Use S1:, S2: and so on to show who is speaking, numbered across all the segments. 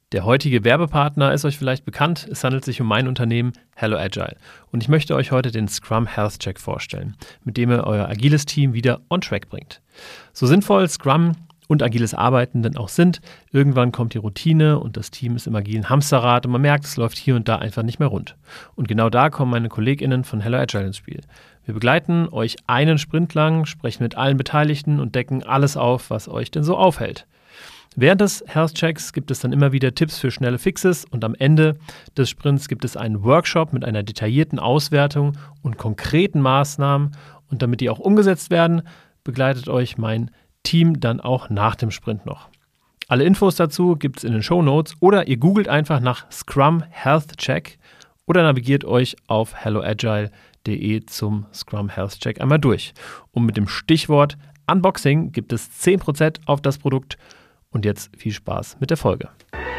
S1: Der heutige Werbepartner ist euch vielleicht bekannt. Es handelt sich um mein Unternehmen Hello Agile. Und ich möchte euch heute den Scrum Health Check vorstellen, mit dem ihr euer agiles Team wieder on track bringt. So sinnvoll Scrum und agiles Arbeiten denn auch sind, irgendwann kommt die Routine und das Team ist im agilen Hamsterrad und man merkt, es läuft hier und da einfach nicht mehr rund. Und genau da kommen meine KollegInnen von Hello Agile ins Spiel. Wir begleiten euch einen Sprint lang, sprechen mit allen Beteiligten und decken alles auf, was euch denn so aufhält. Während des Health Checks gibt es dann immer wieder Tipps für schnelle Fixes und am Ende des Sprints gibt es einen Workshop mit einer detaillierten Auswertung und konkreten Maßnahmen und damit die auch umgesetzt werden, begleitet euch mein Team dann auch nach dem Sprint noch. Alle Infos dazu gibt es in den Shownotes oder ihr googelt einfach nach Scrum Health Check oder navigiert euch auf helloagile.de zum Scrum Health Check einmal durch. Und mit dem Stichwort Unboxing gibt es 10% auf das Produkt. Und jetzt viel Spaß mit der Folge.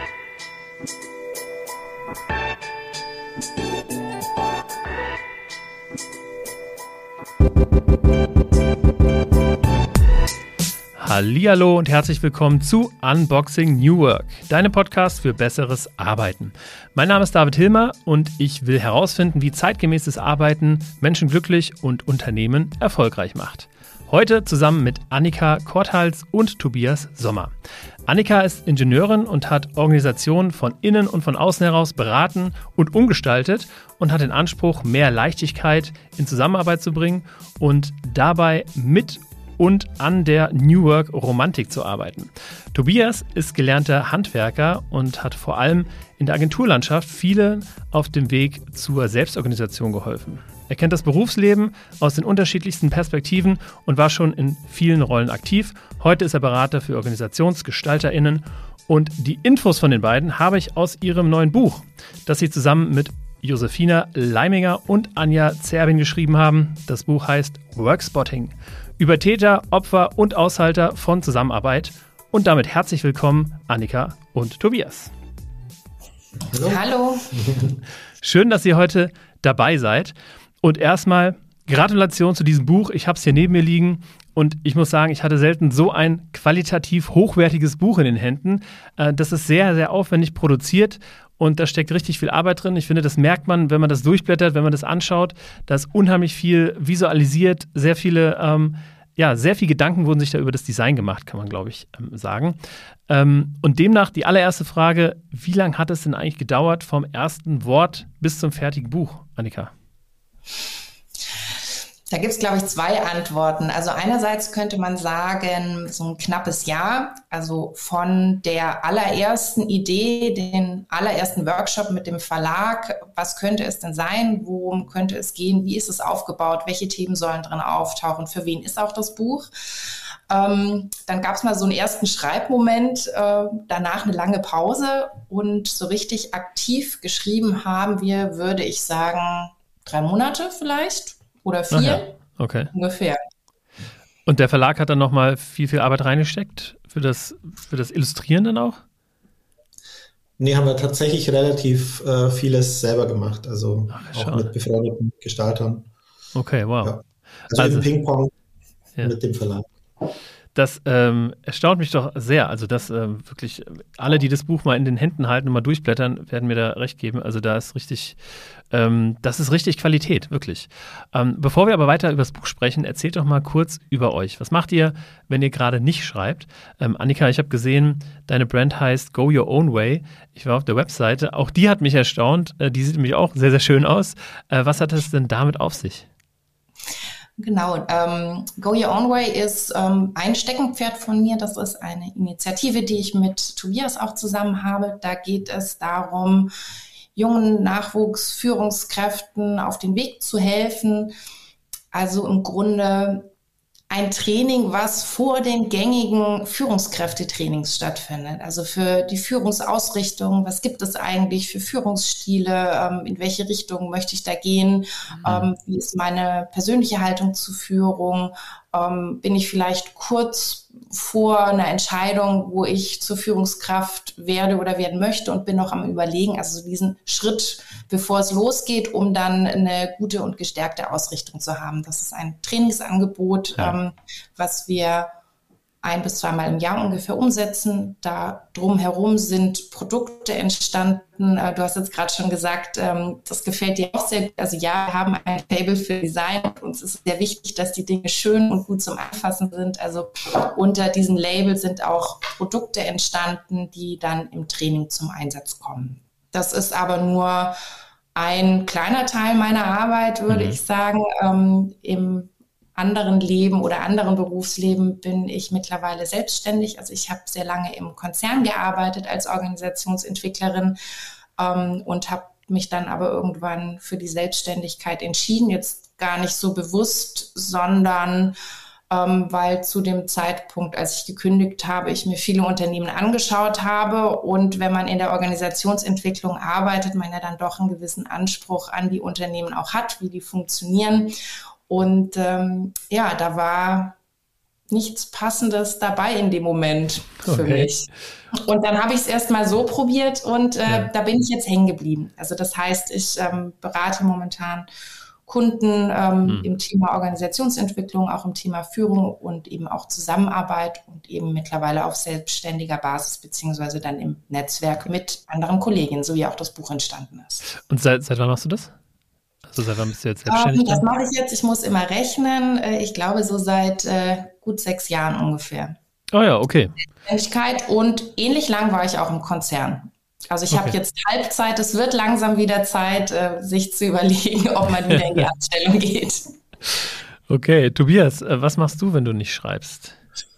S1: Hallihallo und herzlich willkommen zu Unboxing New Work, deinem Podcast für besseres Arbeiten. Mein Name ist David Hilmer und ich will herausfinden, wie zeitgemäßes Arbeiten Menschen glücklich und Unternehmen erfolgreich macht. Heute zusammen mit Annika Korthals und Tobias Sommer. Annika ist Ingenieurin und hat Organisationen von innen und von außen heraus beraten und umgestaltet und hat den Anspruch, mehr Leichtigkeit in Zusammenarbeit zu bringen und dabei mit und an der New Work Romantik zu arbeiten. Tobias ist gelernter Handwerker und hat vor allem in der Agenturlandschaft vielen auf dem Weg zur Selbstorganisation geholfen. Er kennt das Berufsleben aus den unterschiedlichsten Perspektiven und war schon in vielen Rollen aktiv. Heute ist er Berater für OrganisationsgestalterInnen und die Infos von den beiden habe ich aus ihrem neuen Buch, das sie zusammen mit Josefina Leiminger und Anja Zerbin geschrieben haben. Das Buch heißt Workspotting. Über Täter, Opfer und Aushalter von Zusammenarbeit. Und damit herzlich willkommen, Annika und Tobias.
S2: Hallo.
S1: Schön, dass ihr heute dabei seid. Und erstmal Gratulation zu diesem Buch. Ich habe es hier neben mir liegen und ich muss sagen, ich hatte selten so ein qualitativ hochwertiges Buch in den Händen. Das ist sehr, sehr aufwendig produziert und da steckt richtig viel Arbeit drin. Ich finde, das merkt man, wenn man das durchblättert, wenn man das anschaut. Da ist unheimlich viel visualisiert, sehr viel Gedanken wurden sich da über das Design gemacht, kann man, glaube ich, sagen. Und demnach die allererste Frage, wie lange hat es denn eigentlich gedauert vom ersten Wort bis zum fertigen Buch, Annika?
S2: Da gibt es, glaube ich, zwei Antworten. Also einerseits könnte man sagen, so ein knappes Jahr, also von der allerersten Idee, den allerersten Workshop mit dem Verlag, was könnte es denn sein, worum könnte es gehen, wie ist es aufgebaut, welche Themen sollen drin auftauchen, für wen ist auch das Buch. Dann gab es mal so einen ersten Schreibmoment, danach eine lange Pause und so richtig aktiv geschrieben haben wir, würde ich sagen, 3 Monate vielleicht oder 4,
S1: ja. Okay.
S2: Ungefähr.
S1: Und der Verlag hat dann nochmal viel Arbeit reingesteckt für das Illustrieren dann auch?
S3: Nee, haben wir tatsächlich relativ vieles selber gemacht, also auch mit befreundeten Gestaltern.
S1: Okay, wow.
S3: Ja. Also im Ping-Pong mit dem Verlag.
S1: Das erstaunt mich doch sehr. Also, dass wirklich alle, die das Buch mal in den Händen halten und mal durchblättern, werden mir da recht geben. Also, das ist richtig Qualität, wirklich. Bevor wir aber weiter über das Buch sprechen, erzählt doch mal kurz über euch. Was macht ihr, wenn ihr gerade nicht schreibt? Annika, ich habe gesehen, deine Brand heißt Go Your Own Way. Ich war auf der Webseite. Auch die hat mich erstaunt. Die sieht nämlich auch sehr, sehr schön aus. Was hat es denn damit auf sich?
S2: Genau, Go Your Own Way ist ein Steckenpferd von mir. Das ist eine Initiative, die ich mit Tobias auch zusammen habe. Da geht es darum, jungen Nachwuchsführungskräften auf den Weg zu helfen. Also im Grunde ein Training, was vor den gängigen Führungskräftetrainings stattfindet. Also für die Führungsausrichtung, was gibt es eigentlich für Führungsstile, in welche Richtung möchte ich da gehen, wie ist meine persönliche Haltung zur Führung, bin ich vielleicht kurz vor einer Entscheidung, wo ich zur Führungskraft werde oder werden möchte und bin noch am Überlegen, also diesen Schritt, bevor es losgeht, um dann eine gute und gestärkte Ausrichtung zu haben. Das ist ein Trainingsangebot, was wir 1 bis 2 Mal im Jahr ungefähr umsetzen. Da drumherum sind Produkte entstanden. Du hast jetzt gerade schon gesagt, das gefällt dir auch sehr gut. Also ja, wir haben ein Faible für Design und uns ist sehr wichtig, dass die Dinge schön und gut zum Anfassen sind. Also unter diesem Label sind auch Produkte entstanden, die dann im Training zum Einsatz kommen. Das ist aber nur ein kleiner Teil meiner Arbeit, würde ich sagen. Im anderen Leben oder anderen Berufsleben bin ich mittlerweile selbstständig. Also ich habe sehr lange im Konzern gearbeitet als Organisationsentwicklerin und habe mich dann aber irgendwann für die Selbstständigkeit entschieden. Jetzt gar nicht so bewusst, sondern weil zu dem Zeitpunkt, als ich gekündigt habe, ich mir viele Unternehmen angeschaut habe. Und wenn man in der Organisationsentwicklung arbeitet, man ja dann doch einen gewissen Anspruch an die Unternehmen auch hat, wie die funktionieren. Und da war nichts Passendes dabei in dem Moment für mich. Und dann habe ich es erst mal so probiert und da bin ich jetzt hängen geblieben. Also das heißt, ich berate momentan Kunden im Thema Organisationsentwicklung, auch im Thema Führung und eben auch Zusammenarbeit und eben mittlerweile auf selbstständiger Basis beziehungsweise dann im Netzwerk mit anderen Kolleginnen, so wie auch das Buch entstanden ist.
S1: Und seit wann machst du das? Also seit wann bist du jetzt selbstständig?
S2: Das mache ich jetzt, ich muss immer rechnen, ich glaube so seit gut 6 Jahren ungefähr.
S1: Oh ja, okay.
S2: Selbstständigkeit und ähnlich lang war ich auch im Konzern. Also ich habe jetzt Halbzeit, es wird langsam wieder Zeit, sich zu überlegen, ob man wieder in die Anstellung geht.
S1: Okay, Tobias, was machst du, wenn du nicht schreibst?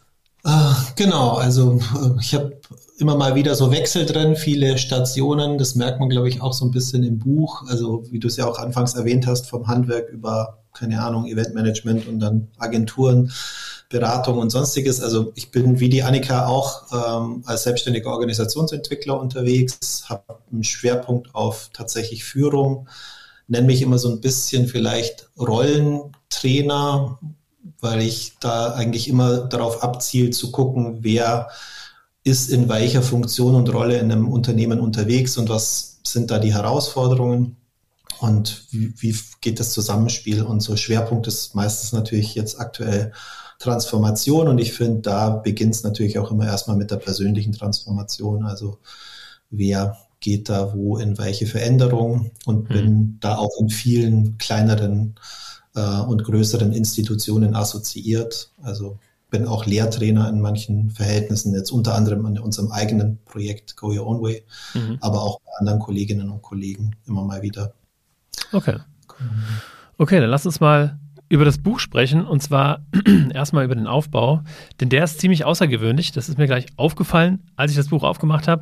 S3: Genau, also ich habe immer mal wieder so Wechsel drin, viele Stationen, das merkt man, glaube ich, auch so ein bisschen im Buch, also wie du es ja auch anfangs erwähnt hast, vom Handwerk über, keine Ahnung, Eventmanagement und dann Agenturen, Beratung und Sonstiges. Also ich bin wie die Annika auch als selbstständiger Organisationsentwickler unterwegs, habe einen Schwerpunkt auf tatsächlich Führung, nenne mich immer so ein bisschen vielleicht Rollentrainer, weil ich da eigentlich immer darauf abziele zu gucken, wer ist in welcher Funktion und Rolle in einem Unternehmen unterwegs und was sind da die Herausforderungen und wie geht das Zusammenspiel. Und so Schwerpunkt ist meistens natürlich jetzt aktuell Transformation und ich finde, da beginnt es natürlich auch immer erstmal mit der persönlichen Transformation, also wer geht da wo in welche Veränderung und bin da auch in vielen kleineren und größeren Institutionen assoziiert, also bin auch Lehrtrainer in manchen Verhältnissen, jetzt unter anderem an unserem eigenen Projekt Go Your Own Way, aber auch bei anderen Kolleginnen und Kollegen immer mal wieder.
S1: Okay, dann lass uns mal über das Buch sprechen und zwar erstmal über den Aufbau, denn der ist ziemlich außergewöhnlich. Das ist mir gleich aufgefallen, als ich das Buch aufgemacht habe,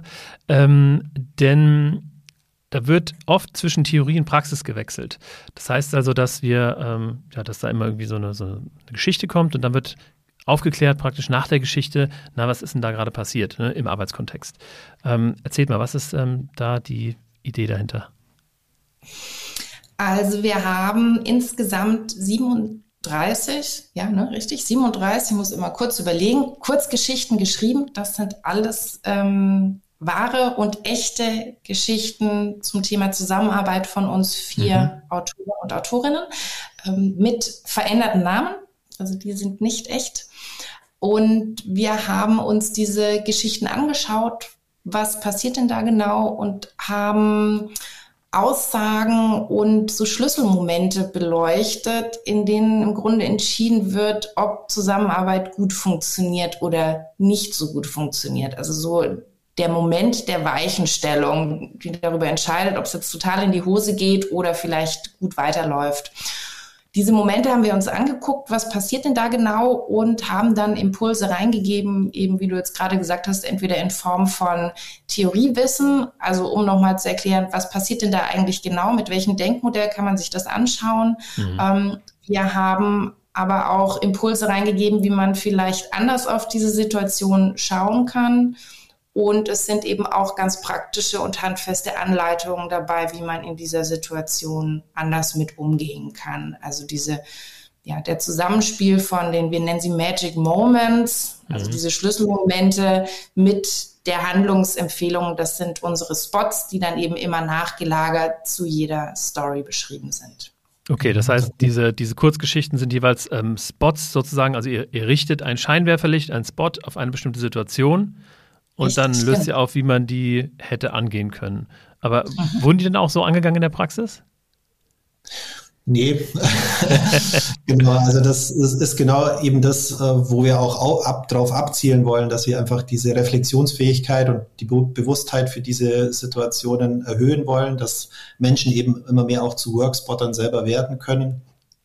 S1: denn da wird oft zwischen Theorie und Praxis gewechselt. Das heißt also, dass dass da immer irgendwie so eine Geschichte kommt und dann wird aufgeklärt praktisch nach der Geschichte, was ist denn da gerade passiert, ne, im Arbeitskontext. Erzählt mal, was ist da die Idee dahinter?
S2: Also wir haben insgesamt 37, richtig, 37, ich muss immer kurz überlegen, Kurzgeschichten geschrieben. Das sind alles wahre und echte Geschichten zum Thema Zusammenarbeit von uns 4 Autoren und Autorinnen mit veränderten Namen. Also die sind nicht echt. Und wir haben uns diese Geschichten angeschaut, was passiert denn da genau und haben Aussagen und so Schlüsselmomente beleuchtet, in denen im Grunde entschieden wird, ob Zusammenarbeit gut funktioniert oder nicht so gut funktioniert. Also so der Moment der Weichenstellung, die darüber entscheidet, ob es jetzt total in die Hose geht oder vielleicht gut weiterläuft. Diese Momente haben wir uns angeguckt, was passiert denn da genau und haben dann Impulse reingegeben, eben wie du jetzt gerade gesagt hast, entweder in Form von Theoriewissen, also um nochmal zu erklären, was passiert denn da eigentlich genau, mit welchem Denkmodell kann man sich das anschauen. Wir haben aber auch Impulse reingegeben, wie man vielleicht anders auf diese Situation schauen kann. Und es sind eben auch ganz praktische und handfeste Anleitungen dabei, wie man in dieser Situation anders mit umgehen kann. Also der Zusammenspiel von wir nennen sie Magic Moments, also diese Schlüsselmomente mit der Handlungsempfehlung. Das sind unsere Spots, die dann eben immer nachgelagert zu jeder Story beschrieben sind.
S1: Okay, das heißt, diese Kurzgeschichten sind jeweils Spots sozusagen, also ihr richtet ein Scheinwerferlicht, einen Spot auf eine bestimmte Situation und dann löst ihr auf, wie man die hätte angehen können. Aber wurden die denn auch so angegangen in der Praxis?
S3: Nee, genau, also das ist genau eben das, wo wir auch drauf abzielen wollen, dass wir einfach diese Reflexionsfähigkeit und die Bewusstheit für diese Situationen erhöhen wollen, dass Menschen eben immer mehr auch zu Workspottern selber werden können.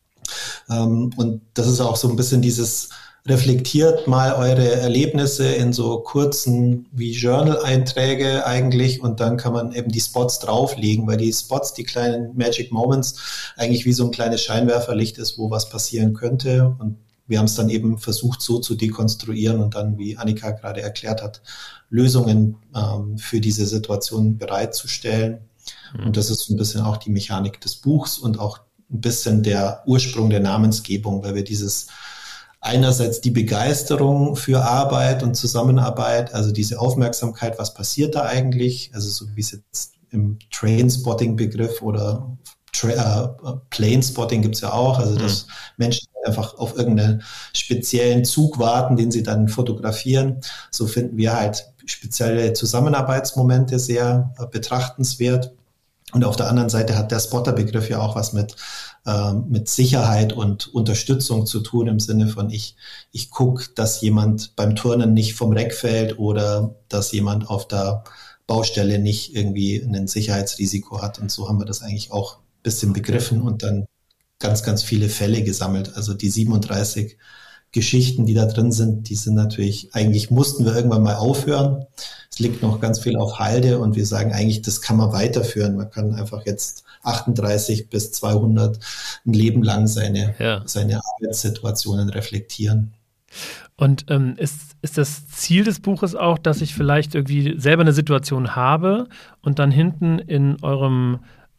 S3: Und das ist auch so ein bisschen dieses: Reflektiert mal eure Erlebnisse in so kurzen wie Journal-Einträge eigentlich, und dann kann man eben die Spots drauflegen, weil die Spots, die kleinen Magic Moments, eigentlich wie so ein kleines Scheinwerferlicht ist, wo was passieren könnte. Und wir haben es dann eben versucht, so zu dekonstruieren und dann, wie Annika gerade erklärt hat, Lösungen für diese Situation bereitzustellen. Und das ist ein bisschen auch die Mechanik des Buchs und auch ein bisschen der Ursprung der Namensgebung, weil wir einerseits die Begeisterung für Arbeit und Zusammenarbeit, also diese Aufmerksamkeit, was passiert da eigentlich, also so wie es jetzt im Trainspotting-Begriff oder Planespotting gibt es ja auch, also dass Menschen einfach auf irgendeinen speziellen Zug warten, den sie dann fotografieren. So finden wir halt spezielle Zusammenarbeitsmomente sehr betrachtenswert. Und auf der anderen Seite hat der Spotter-Begriff ja auch was mit Sicherheit und Unterstützung zu tun, im Sinne von ich gucke, dass jemand beim Turnen nicht vom Reck fällt oder dass jemand auf der Baustelle nicht irgendwie ein Sicherheitsrisiko hat. Und so haben wir das eigentlich auch ein bisschen begriffen und dann ganz, ganz viele Fälle gesammelt. Also die 37 Geschichten, die da drin sind, die sind natürlich, eigentlich mussten wir irgendwann mal aufhören. Es liegt noch ganz viel auf Halde und wir sagen eigentlich, das kann man weiterführen. Man kann einfach jetzt 38 bis 200 ein Leben lang seine Arbeitssituationen reflektieren.
S1: Und ist das Ziel des Buches auch, dass ich vielleicht irgendwie selber eine Situation habe und dann hinten in eurem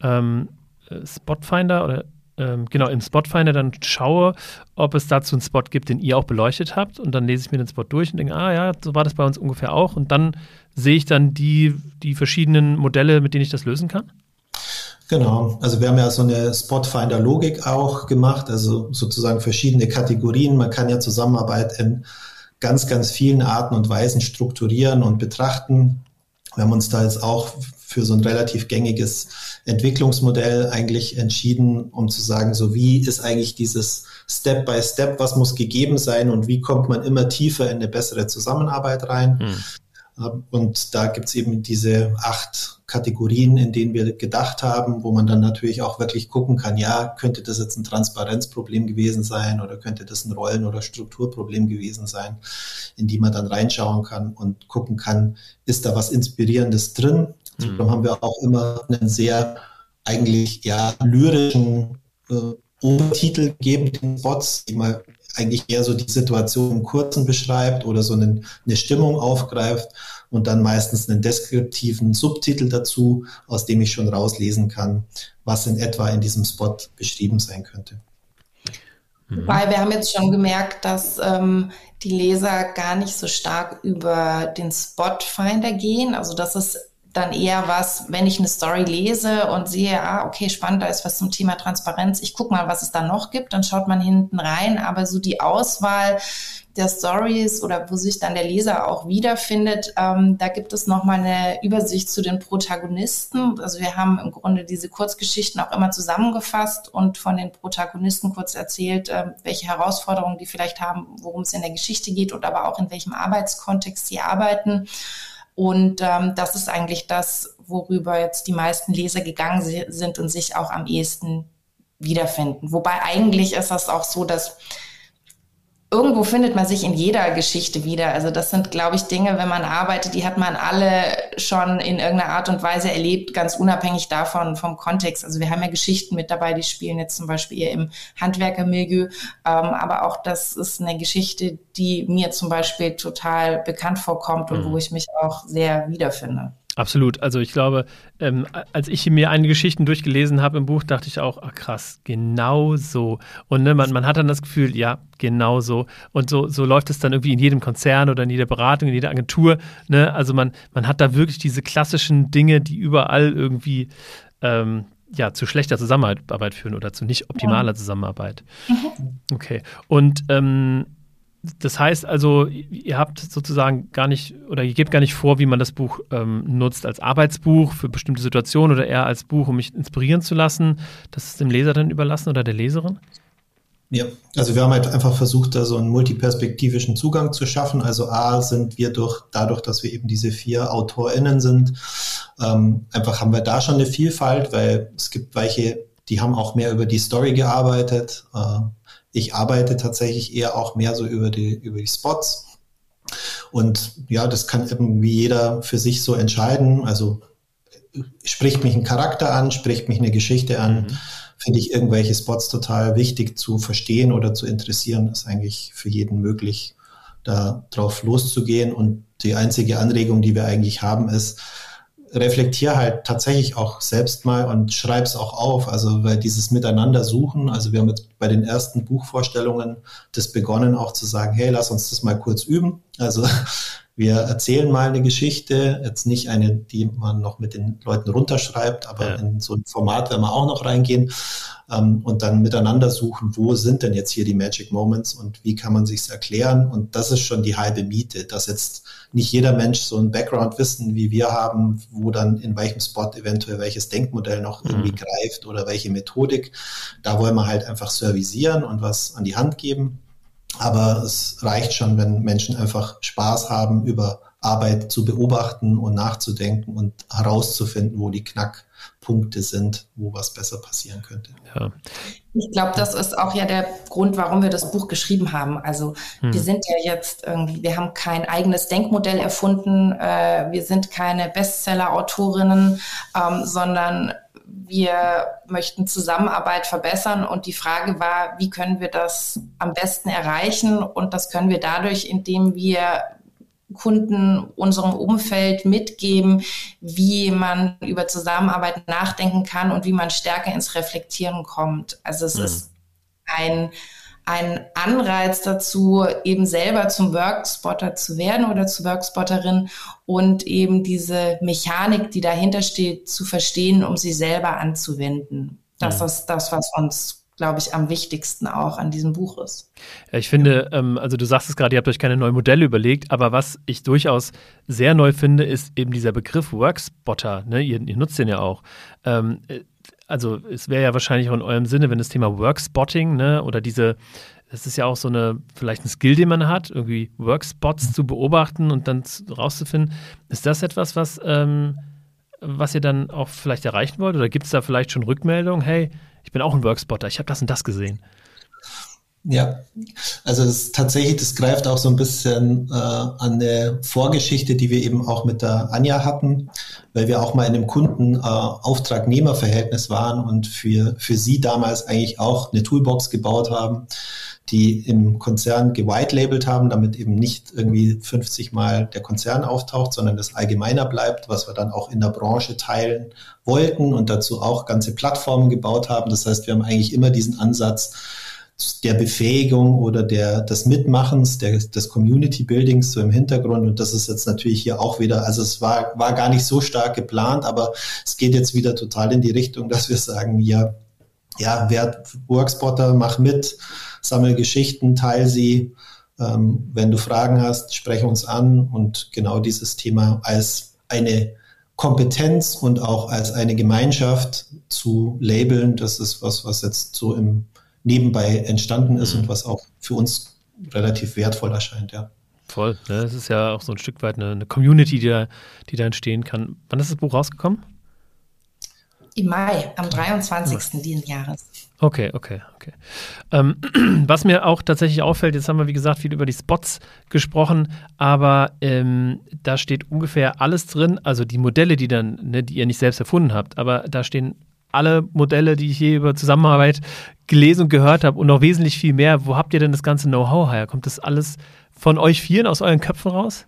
S1: Spotfinder oder im Spotfinder dann schaue, ob es dazu einen Spot gibt, den ihr auch beleuchtet habt, und dann lese ich mir den Spot durch und denke, ja, so war das bei uns ungefähr auch, und dann sehe ich dann die verschiedenen Modelle, mit denen ich das lösen kann?
S3: Genau, also wir haben ja so eine Spotfinder-Logik auch gemacht, also sozusagen verschiedene Kategorien. Man kann ja Zusammenarbeit in ganz, ganz vielen Arten und Weisen strukturieren und betrachten. Wir haben uns da jetzt auch für so ein relativ gängiges Entwicklungsmodell eigentlich entschieden, um zu sagen, so wie ist eigentlich dieses Step by Step, was muss gegeben sein und wie kommt man immer tiefer in eine bessere Zusammenarbeit rein. Und da gibt es eben diese 8 Kategorien, in denen wir gedacht haben, wo man dann natürlich auch wirklich gucken kann, ja, könnte das jetzt ein Transparenzproblem gewesen sein oder könnte das ein Rollen- oder Strukturproblem gewesen sein, in die man dann reinschauen kann und gucken kann, ist da was Inspirierendes drin. Darum haben wir auch immer einen sehr eigentlich lyrischen Obertitel gegeben, den Spots, die mal eigentlich eher so die Situation im Kurzen beschreibt oder so eine Stimmung aufgreift und dann meistens einen deskriptiven Subtitel dazu, aus dem ich schon rauslesen kann, was in etwa in diesem Spot beschrieben sein könnte.
S2: Weil wir haben jetzt schon gemerkt, dass die Leser gar nicht so stark über den Spotfinder gehen. Also das ist dann eher was, wenn ich eine Story lese und sehe, okay, spannend, da ist was zum Thema Transparenz. Ich gucke mal, was es da noch gibt, dann schaut man hinten rein. Aber so die Auswahl der Stories oder wo sich dann der Leser auch wiederfindet, da gibt es nochmal eine Übersicht zu den Protagonisten. Also wir haben im Grunde diese Kurzgeschichten auch immer zusammengefasst und von den Protagonisten kurz erzählt, welche Herausforderungen die vielleicht haben, worum es in der Geschichte geht und aber auch in welchem Arbeitskontext sie arbeiten. Und das ist eigentlich das, worüber jetzt die meisten Leser gegangen sind und sich auch am ehesten wiederfinden. Wobei eigentlich ist das auch so, dass irgendwo findet man sich in jeder Geschichte wieder. Also das sind, glaube ich, Dinge, wenn man arbeitet, die hat man alle schon in irgendeiner Art und Weise erlebt, ganz unabhängig davon, vom Kontext. Also wir haben ja Geschichten mit dabei, die spielen jetzt zum Beispiel eher im Handwerkermilieu. Aber auch das ist eine Geschichte, die mir zum Beispiel total bekannt vorkommt und wo ich mich auch sehr wiederfinde.
S1: Absolut. Also ich glaube, als ich mir einige Geschichten durchgelesen habe im Buch, dachte ich auch, krass, genau so. Und man hat dann das Gefühl, ja, genau so. Und so läuft es dann irgendwie in jedem Konzern oder in jeder Beratung, in jeder Agentur. Ne? Also man hat da wirklich diese klassischen Dinge, die überall irgendwie zu schlechter Zusammenarbeit führen oder zu nicht optimaler Zusammenarbeit. Okay. Und das heißt also, ihr habt sozusagen gar nicht oder ihr gebt gar nicht vor, wie man das Buch nutzt als Arbeitsbuch für bestimmte Situationen oder eher als Buch, um mich inspirieren zu lassen. Das ist dem Leser dann überlassen oder der Leserin?
S3: Ja, also wir haben halt einfach versucht, da so einen multiperspektivischen Zugang zu schaffen. Also sind wir dadurch, dass wir eben diese 4 AutorInnen sind, einfach haben wir da schon eine Vielfalt, weil es gibt welche, die haben auch mehr über die Story gearbeitet. Ich arbeite tatsächlich eher auch mehr so über die Spots. Und ja, das kann irgendwie jeder für sich so entscheiden. Also spricht mich ein Charakter an, spricht mich eine Geschichte an. Finde ich irgendwelche Spots total wichtig zu verstehen oder zu interessieren, ist eigentlich für jeden möglich, da drauf loszugehen. Und die einzige Anregung, die wir eigentlich haben, ist, reflektier halt tatsächlich auch selbst mal und schreib's auch auf. Also weil dieses Miteinander suchen, also wir haben jetzt bei den ersten Buchvorstellungen das begonnen auch zu sagen, hey, lass uns das mal kurz üben. Also wir erzählen mal eine Geschichte, jetzt nicht eine, die man noch mit den Leuten runterschreibt, aber in so ein Format werden wir auch noch reingehen und dann miteinander suchen, wo sind denn jetzt hier die Magic Moments und wie kann man sich's erklären? Und das ist schon die halbe Miete, dass jetzt nicht jeder Mensch so ein Background-Wissen wie wir haben, wo dann in welchem Spot eventuell welches Denkmodell noch irgendwie greift oder welche Methodik. Da wollen wir halt einfach servicieren und was an die Hand geben. Aber es reicht schon, wenn Menschen einfach Spaß haben, über Arbeit zu beobachten und nachzudenken und herauszufinden, wo die Knackpunkte sind, wo was besser passieren könnte.
S1: Ja.
S2: Ich glaube, das ist auch ja der Grund, warum wir das Buch geschrieben haben. Also wir sind ja jetzt irgendwie, wir haben kein eigenes Denkmodell erfunden, wir sind keine Bestseller-Autorinnen, sondern wir möchten Zusammenarbeit verbessern und die Frage war, wie können wir das am besten erreichen? Und das können wir dadurch, indem wir Kunden unserem Umfeld mitgeben, wie man über Zusammenarbeit nachdenken kann und wie man stärker ins Reflektieren kommt. Also es ist ein Anreiz dazu, eben selber zum Workspotter zu werden oder zur Workspotterin und eben diese Mechanik, die dahinter steht, zu verstehen, um sie selber anzuwenden. Das ist das, was uns, glaube ich, am wichtigsten auch an diesem Buch ist.
S1: Ja, ich finde, also du sagst es gerade, ihr habt euch keine neuen Modelle überlegt, aber was ich durchaus sehr neu finde, ist eben dieser Begriff Workspotter. Ne? Ihr nutzt den ja auch. Also es wäre ja wahrscheinlich auch in eurem Sinne, wenn das Thema Workspotting, ne, oder das ist ja auch so vielleicht ein Skill, den man hat, irgendwie Workspots zu beobachten und dann rauszufinden. Ist das etwas, was ihr dann auch vielleicht erreichen wollt? Oder gibt es da vielleicht schon Rückmeldungen? Hey, ich bin auch ein Workspotter, ich habe das und das gesehen.
S3: Ja, also das greift auch so ein bisschen an der Vorgeschichte, die wir eben auch mit der Anja hatten, weil wir auch mal in einem Kunden-Auftragnehmer-Verhältnis waren und für sie damals eigentlich auch eine Toolbox gebaut haben, die im Konzern gewhite-labelt haben, damit eben nicht irgendwie 50 Mal der Konzern auftaucht, sondern das allgemeiner bleibt, was wir dann auch in der Branche teilen wollten und dazu auch ganze Plattformen gebaut haben. Das heißt, wir haben eigentlich immer diesen Ansatz der Befähigung oder des Mitmachens, des Community Buildings so im Hintergrund. Und das ist jetzt natürlich hier auch wieder, also es war gar nicht so stark geplant, aber es geht jetzt wieder total in die Richtung, dass wir sagen, ja, werd Workspotter, mach mit, sammel Geschichten, teil sie. Wenn du Fragen hast, spreche uns an und genau dieses Thema als eine Kompetenz und auch als eine Gemeinschaft zu labeln, das ist was jetzt so im nebenbei entstanden ist und was auch für uns relativ wertvoll erscheint, ja.
S1: Voll, ne? Das ist ja auch so ein Stück weit eine Community, die da entstehen kann. Wann ist das Buch rausgekommen?
S2: Im Mai, am 23. diesen Jahres.
S1: Okay. Was mir auch tatsächlich auffällt, jetzt haben wir, wie gesagt, viel über die Spots gesprochen, aber da steht ungefähr alles drin, also die Modelle, die ihr nicht selbst erfunden habt, aber da stehen alle Modelle, die ich je über Zusammenarbeit gelesen und gehört habe und noch wesentlich viel mehr. Wo habt ihr denn das ganze Know-how her? Kommt das alles von euch vielen aus euren Köpfen raus?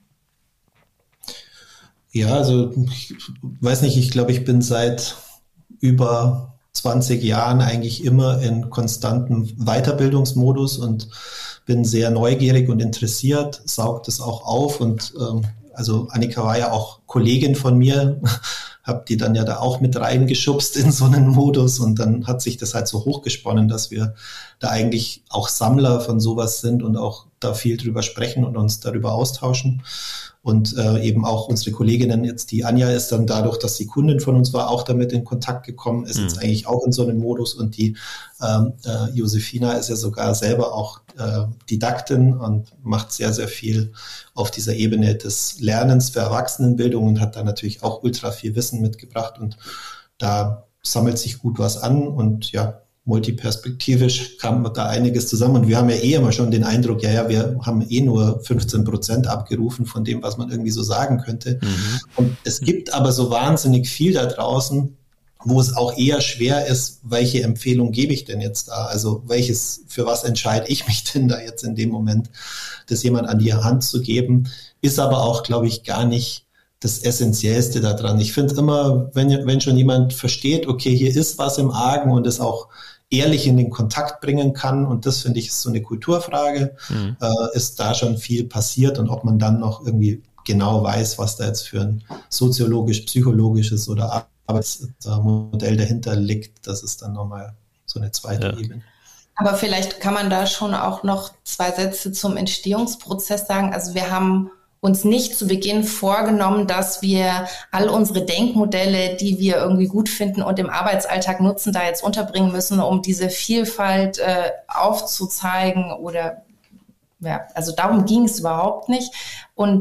S3: Ja, also ich weiß nicht, ich glaube, ich bin seit über 20 Jahren eigentlich immer in konstantem Weiterbildungsmodus und bin sehr neugierig und interessiert, saugt es auch auf und also Annika war ja auch Kollegin von mir, habe die dann ja da auch mit reingeschubst in so einen Modus und dann hat sich das halt so hochgesponnen, dass wir da eigentlich auch Sammler von sowas sind und auch da viel drüber sprechen und uns darüber austauschen. Und eben auch unsere Kolleginnen, jetzt die Anja ist dann dadurch, dass sie Kundin von uns war, auch damit in Kontakt gekommen, ist jetzt eigentlich auch in so einem Modus und die Josefina ist ja sogar selber auch Didaktin und macht sehr, sehr viel auf dieser Ebene des Lernens für Erwachsenenbildung und hat da natürlich auch ultra viel Wissen mitgebracht und da sammelt sich gut was an und ja, multiperspektivisch kam da einiges zusammen und wir haben ja immer schon den Eindruck, wir haben nur 15% abgerufen von dem, was man irgendwie so sagen könnte. Und es gibt aber so wahnsinnig viel da draußen, wo es auch eher schwer ist, welche Empfehlung gebe ich denn jetzt da? Also für was entscheide ich mich denn da jetzt in dem Moment, das jemand an die Hand zu geben, ist aber auch, glaube ich, gar nicht das Essentiellste daran. Ich finde immer, wenn schon jemand versteht, okay, hier ist was im Argen und es auch ehrlich in den Kontakt bringen kann. Und das, finde ich, ist so eine Kulturfrage. Ist da schon viel passiert und ob man dann noch irgendwie genau weiß, was da jetzt für ein soziologisch-psychologisches oder Arbeitsmodell dahinter liegt, das ist dann nochmal so eine zweite Ebene.
S2: Aber vielleicht kann man da schon auch noch 2 Sätze zum Entstehungsprozess sagen. Also wir haben uns nicht zu Beginn vorgenommen, dass wir all unsere Denkmodelle, die wir irgendwie gut finden und im Arbeitsalltag nutzen, da jetzt unterbringen müssen, um diese Vielfalt aufzuzeigen oder also darum ging es überhaupt nicht. Und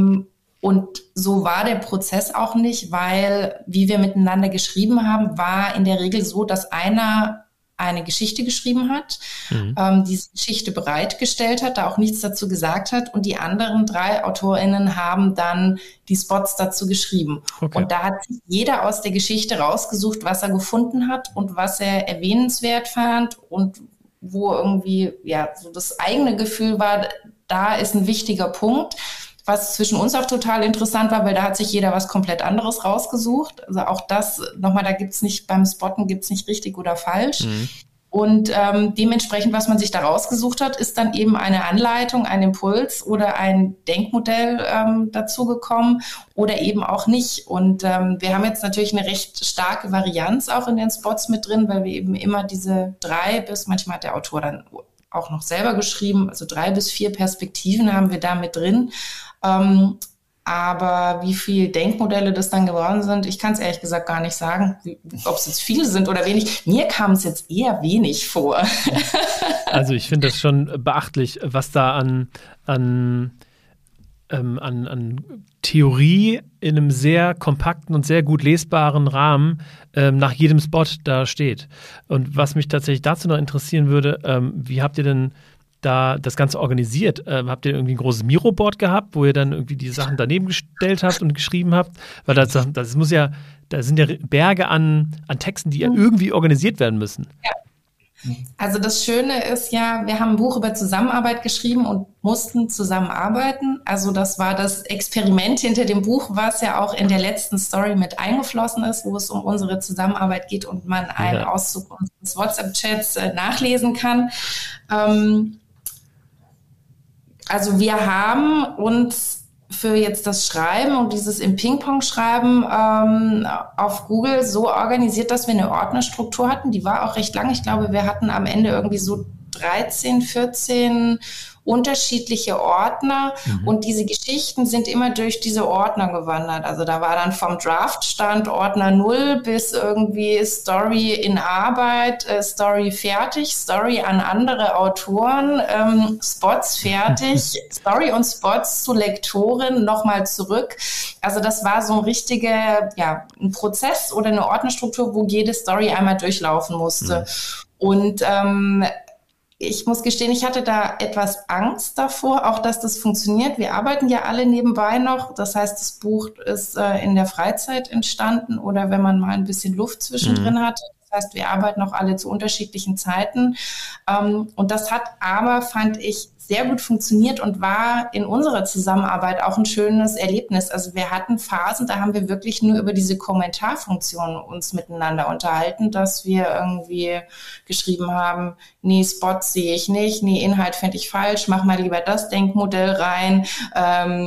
S2: so war der Prozess auch nicht, weil, wie wir miteinander geschrieben haben, war in der Regel so, dass einer eine Geschichte geschrieben hat, diese Geschichte bereitgestellt hat, da auch nichts dazu gesagt hat und die anderen 3 AutorInnen haben dann die Spots dazu geschrieben. Okay. Und da hat sich jeder aus der Geschichte rausgesucht, was er gefunden hat und was er erwähnenswert fand und wo irgendwie so das eigene Gefühl war, da ist ein wichtiger Punkt. Was zwischen uns auch total interessant war, weil da hat sich jeder was komplett anderes rausgesucht. Also auch das, nochmal, da gibt's nicht, beim Spotten gibt's nicht richtig oder falsch. Und dementsprechend, was man sich da rausgesucht hat, ist dann eben eine Anleitung, ein Impuls oder ein Denkmodell dazugekommen oder eben auch nicht. Und wir haben jetzt natürlich eine recht starke Varianz auch in den Spots mit drin, weil wir eben immer diese 3 bis, manchmal hat der Autor dann auch noch selber geschrieben, also 3 bis 4 Perspektiven haben wir da mit drin. Aber wie viele Denkmodelle das dann geworden sind, ich kann es ehrlich gesagt gar nicht sagen, ob es jetzt viele sind oder wenig. Mir kam es jetzt eher wenig vor.
S1: Also ich finde das schon beachtlich, was da an Theorie in einem sehr kompakten und sehr gut lesbaren Rahmen nach jedem Spot da steht. Und was mich tatsächlich dazu noch interessieren würde, wie habt ihr denn da das Ganze organisiert? Habt ihr irgendwie ein großes Miro-Board gehabt, wo ihr dann irgendwie die Sachen daneben gestellt habt und geschrieben habt? Weil das muss ja, da sind ja Berge an Texten, die ja irgendwie organisiert werden müssen.
S2: Ja. Also das Schöne ist ja, wir haben ein Buch über Zusammenarbeit geschrieben und mussten zusammenarbeiten. Also das war das Experiment hinter dem Buch, was ja auch in der letzten Story mit eingeflossen ist, wo es um unsere Zusammenarbeit geht und man einen Auszug unseres WhatsApp-Chats nachlesen kann. Also wir haben uns für jetzt das Schreiben und dieses im Ping-Pong-Schreiben auf Google so organisiert, dass wir eine Ordnerstruktur hatten. Die war auch recht lang. Ich glaube, wir hatten am Ende irgendwie so 13, 14 unterschiedliche Ordner und diese Geschichten sind immer durch diese Ordner gewandert. Also da war dann vom Draftstand Ordner 0 bis irgendwie Story in Arbeit, Story fertig, Story an andere Autoren, Spots fertig, Story und Spots zu Lektoren nochmal zurück. Also das war so ein richtiger, ein Prozess oder eine Ordnerstruktur, wo jede Story einmal durchlaufen musste. Und ich muss gestehen, ich hatte da etwas Angst davor, auch dass das funktioniert. Wir arbeiten ja alle nebenbei noch. Das heißt, das Buch ist in der Freizeit entstanden oder wenn man mal ein bisschen Luft zwischendrin hat. Das heißt, wir arbeiten auch alle zu unterschiedlichen Zeiten. Und das hat aber, fand ich, sehr gut funktioniert und war in unserer Zusammenarbeit auch ein schönes Erlebnis. Also wir hatten Phasen, da haben wir wirklich nur über diese Kommentarfunktion uns miteinander unterhalten, dass wir irgendwie geschrieben haben, nee, Spots sehe ich nicht, nee, Inhalt finde ich falsch, mach mal lieber das Denkmodell rein.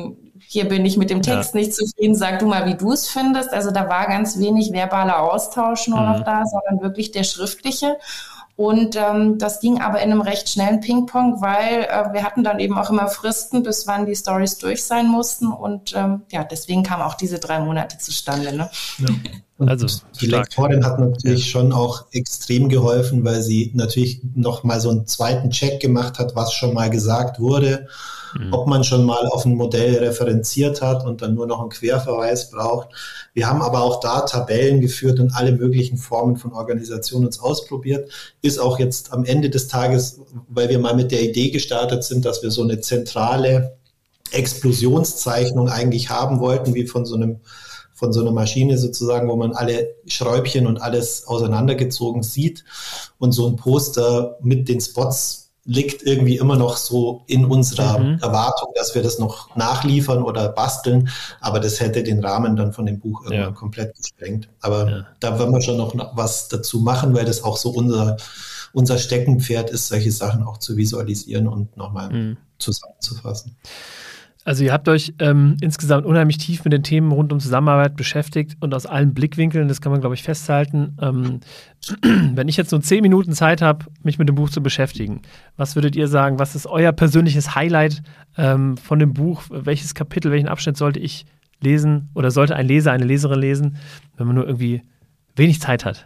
S2: hier bin ich mit dem Text nicht zufrieden, sag du mal, wie du es findest. Also da war ganz wenig verbaler Austausch nur noch da, sondern wirklich der schriftliche. Und das ging aber in einem recht schnellen Ping-Pong, weil wir hatten dann eben auch immer Fristen, bis wann die Storys durch sein mussten. Und deswegen kamen auch diese 3 Monate zustande. Ne?
S3: Ja. Also die Lektorin hat natürlich schon auch extrem geholfen, weil sie natürlich noch mal so einen zweiten Check gemacht hat, was schon mal gesagt wurde, ob man schon mal auf ein Modell referenziert hat und dann nur noch einen Querverweis braucht. Wir haben aber auch da Tabellen geführt und alle möglichen Formen von Organisation uns ausprobiert. Ist auch jetzt am Ende des Tages, weil wir mal mit der Idee gestartet sind, dass wir so eine zentrale Explosionszeichnung eigentlich haben wollten, wie von so einer Maschine sozusagen, wo man alle Schräubchen und alles auseinandergezogen sieht. Und so ein Poster mit den Spots liegt irgendwie immer noch so in unserer Erwartung, dass wir das noch nachliefern oder basteln. Aber das hätte den Rahmen dann von dem Buch irgendwann komplett gesprengt. Aber da werden wir schon noch was dazu machen, weil das auch so unser Steckenpferd ist, solche Sachen auch zu visualisieren und nochmal zusammenzufassen.
S1: Also ihr habt euch insgesamt unheimlich tief mit den Themen rund um Zusammenarbeit beschäftigt und aus allen Blickwinkeln, das kann man, glaube ich, festhalten. Wenn ich jetzt nur 10 Minuten Zeit habe, mich mit dem Buch zu beschäftigen, was würdet ihr sagen, was ist euer persönliches Highlight von dem Buch? Welches Kapitel, welchen Abschnitt sollte ich lesen oder sollte ein Leser, eine Leserin lesen, wenn man nur irgendwie wenig Zeit hat?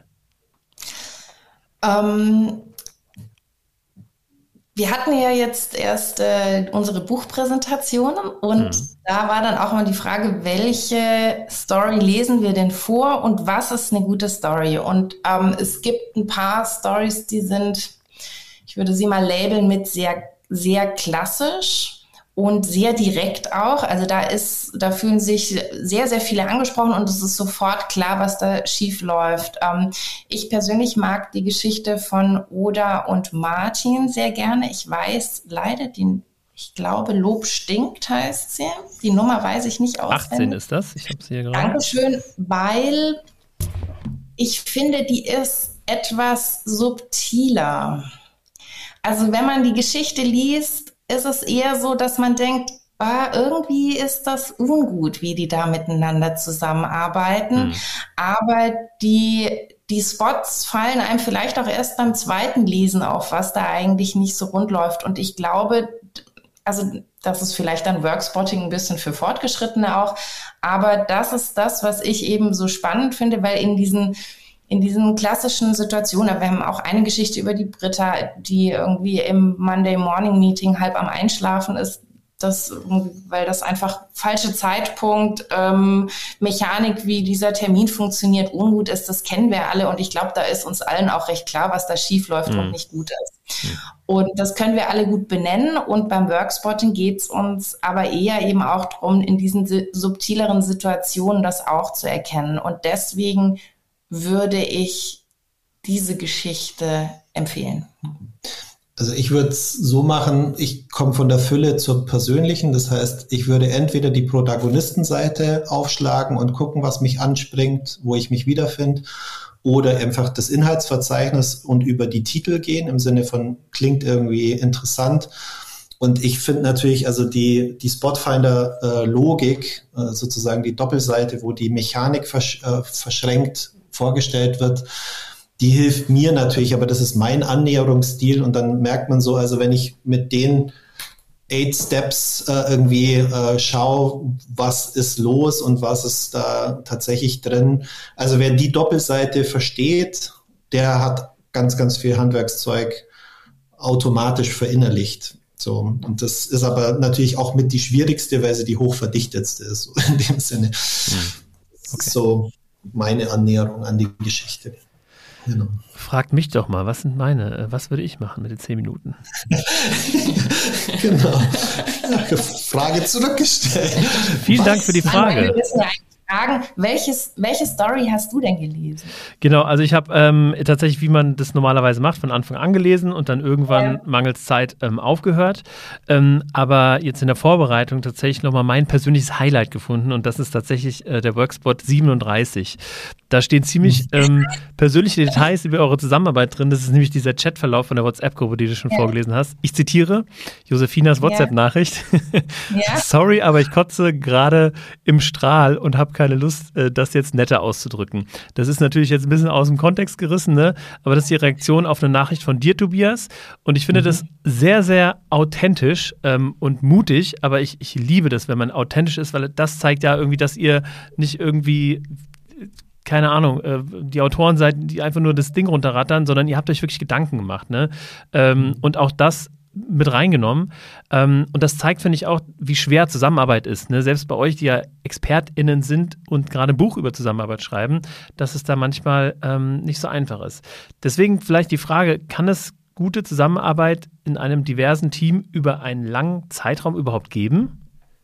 S2: Wir hatten ja jetzt erst unsere Buchpräsentationen und da war dann auch mal die Frage, welche Story lesen wir denn vor und was ist eine gute Story? Und es gibt ein paar Stories, die sind, ich würde sie mal labeln mit sehr, sehr klassisch und sehr direkt auch. Also da fühlen sich sehr, sehr viele angesprochen und es ist sofort klar, was da schief läuft. Ich persönlich mag die Geschichte von Oda und Martin sehr gerne. Ich weiß leider, ich glaube, Lob stinkt heißt sie. Die Nummer weiß ich nicht auswendig.
S1: 18 ist das, ich habe sie hier gerade.
S2: Dankeschön, weil ich finde, die ist etwas subtiler. Also wenn man die Geschichte liest, ist es eher so, dass man denkt, irgendwie ist das ungut, wie die da miteinander zusammenarbeiten. Aber die Spots fallen einem vielleicht auch erst beim zweiten Lesen auf, was da eigentlich nicht so rund läuft. Und ich glaube, also das ist vielleicht dann Workspotting ein bisschen für Fortgeschrittene auch, aber das ist das, was ich eben so spannend finde, weil in diesen klassischen Situationen, wir haben auch eine Geschichte über die Britta, die irgendwie im Monday Morning Meeting halb am Einschlafen ist, weil das einfach falsche Zeitpunkt, Mechanik, wie dieser Termin funktioniert, ungut ist, das kennen wir alle und ich glaube, da ist uns allen auch recht klar, was da schief läuft und nicht gut ist. Und das können wir alle gut benennen und beim Workspotting geht es uns aber eher eben auch darum, in diesen subtileren Situationen das auch zu erkennen und deswegen würde ich diese Geschichte empfehlen.
S3: Also ich würde es so machen, ich komme von der Fülle zur persönlichen, das heißt, ich würde entweder die Protagonistenseite aufschlagen und gucken, was mich anspringt, wo ich mich wiederfinde, oder einfach das Inhaltsverzeichnis und über die Titel gehen, im Sinne von klingt irgendwie interessant. Und ich finde natürlich, also die Spotfinder-Logik, sozusagen die Doppelseite, wo die Mechanik verschränkt vorgestellt wird, die hilft mir natürlich, aber das ist mein Annäherungsstil und dann merkt man so, also wenn ich mit den 8 Steps irgendwie schaue, was ist los und was ist da tatsächlich drin. Also wer die Doppelseite versteht, der hat ganz, ganz viel Handwerkszeug automatisch verinnerlicht. So, und das ist aber natürlich auch mit die schwierigste, weil sie die hochverdichtetste ist, so in dem Sinne. Okay. So meine Annäherung an die Geschichte. Genau.
S1: Fragt mich doch mal, was würde ich machen mit den 10 Minuten?
S3: Genau. Frage zurückgestellt.
S1: Vielen Dank für die Frage.
S2: Wir wissen ja eigentlich fragen, welche Story hast du denn gelesen?
S1: Genau, also ich habe tatsächlich, wie man das normalerweise macht, von Anfang an gelesen und dann irgendwann mangels Zeit aufgehört. Aber jetzt in der Vorbereitung tatsächlich nochmal mein persönliches Highlight gefunden und das ist tatsächlich der Workspot 37. Da stehen ziemlich persönliche Details über eure Zusammenarbeit drin. Das ist nämlich dieser Chatverlauf von der WhatsApp-Gruppe, die du schon vorgelesen hast. Ich zitiere Josefinas WhatsApp-Nachricht.
S2: Ja.
S1: Sorry, aber ich kotze gerade im Strahl und habe keine Lust, das jetzt netter auszudrücken. Das ist natürlich jetzt ein bisschen aus dem Kontext gerissen, ne? Aber das ist die Reaktion auf eine Nachricht von dir, Tobias. Und ich finde das sehr, sehr authentisch und mutig. Aber ich liebe das, wenn man authentisch ist, weil das zeigt ja irgendwie, dass ihr nicht irgendwie keine Ahnung, die Autoren seid, die einfach nur das Ding runterrattern, sondern ihr habt euch wirklich Gedanken gemacht, ne? Und auch das mit reingenommen. Und das zeigt, finde ich, auch, wie schwer Zusammenarbeit ist. Ne? Selbst bei euch, die ja ExpertInnen sind und gerade ein Buch über Zusammenarbeit schreiben, dass es da manchmal nicht so einfach ist. Deswegen vielleicht die Frage, kann es gute Zusammenarbeit in einem diversen Team über einen langen Zeitraum überhaupt geben?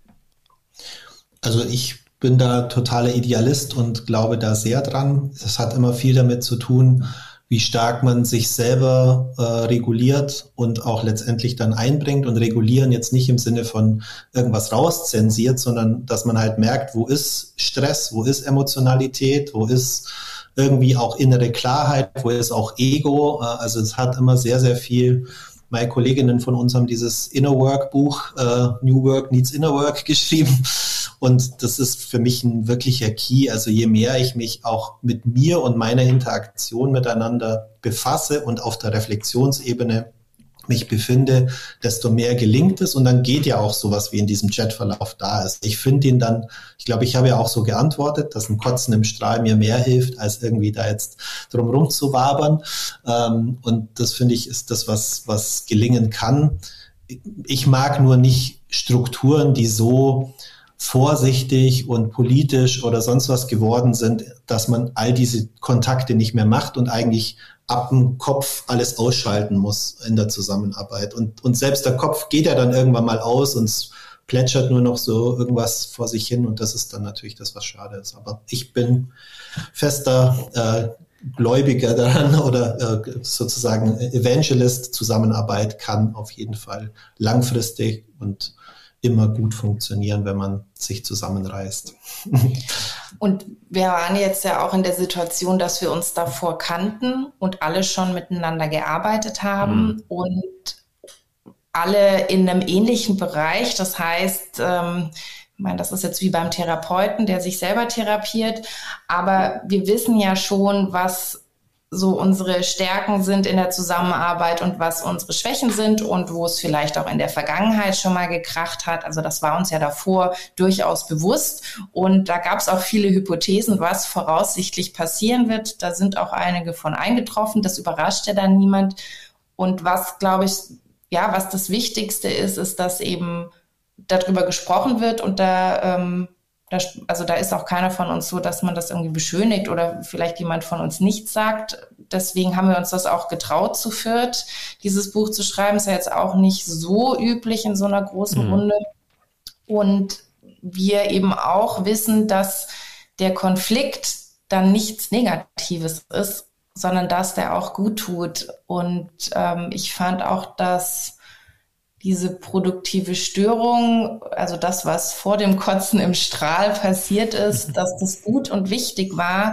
S3: Also ich bin da totaler Idealist und glaube da sehr dran. Das hat immer viel damit zu tun, wie stark man sich selber reguliert und auch letztendlich dann einbringt und regulieren jetzt nicht im Sinne von irgendwas rauszensiert, sondern dass man halt merkt, wo ist Stress, wo ist Emotionalität, wo ist irgendwie auch innere Klarheit, wo ist auch Ego. Also es hat immer sehr, sehr viel. Meine Kolleginnen von uns haben dieses Inner Work Buch, New Work Needs Inner Work geschrieben. Und das ist für mich ein wirklicher Key. Also je mehr ich mich auch mit mir und meiner Interaktion miteinander befasse und auf der Reflexionsebene mich befinde, desto mehr gelingt es. Und dann geht ja auch sowas wie in diesem Chatverlauf da ist. Ich finde ihn dann, ich glaube, ich habe ja auch so geantwortet, dass ein Kotzen im Strahl mir mehr hilft, als irgendwie da jetzt drumherum zu wabern. Und das finde ich ist das, was gelingen kann. Ich mag nur nicht Strukturen, die so vorsichtig und politisch oder sonst was geworden sind, dass man all diese Kontakte nicht mehr macht und eigentlich ab dem Kopf alles ausschalten muss in der Zusammenarbeit. Und selbst der Kopf geht ja dann irgendwann mal aus und es plätschert nur noch so irgendwas vor sich hin und das ist dann natürlich das, was schade ist. Aber ich bin fester Gläubiger daran oder sozusagen Evangelist. Zusammenarbeit kann auf jeden Fall langfristig und immer gut funktionieren, wenn man sich zusammenreißt.
S2: Und wir waren jetzt ja auch in der Situation, dass wir uns davor kannten und alle schon miteinander gearbeitet haben und alle in einem ähnlichen Bereich. Das heißt, ich meine, das ist jetzt wie beim Therapeuten, der sich selber therapiert, aber wir wissen ja schon, was so unsere Stärken sind in der Zusammenarbeit und was unsere Schwächen sind und wo es vielleicht auch in der Vergangenheit schon mal gekracht hat. Also das war uns ja davor durchaus bewusst und da gab es auch viele Hypothesen, was voraussichtlich passieren wird. Da sind auch einige von eingetroffen, das überrascht ja dann niemand. Und was, glaube ich, ja, was das Wichtigste ist, ist, dass eben darüber gesprochen wird und da ist auch keiner von uns so, dass man das irgendwie beschönigt oder vielleicht jemand von uns nichts sagt. Deswegen haben wir uns das auch getraut zu viert, dieses Buch zu schreiben. Ist ja jetzt auch nicht so üblich in so einer großen Runde. Und wir eben auch wissen, dass der Konflikt dann nichts Negatives ist, sondern dass der auch gut tut. Und ich fand auch, dass diese produktive Störung, also das, was vor dem Kotzen im Strahl passiert ist, dass das gut und wichtig war,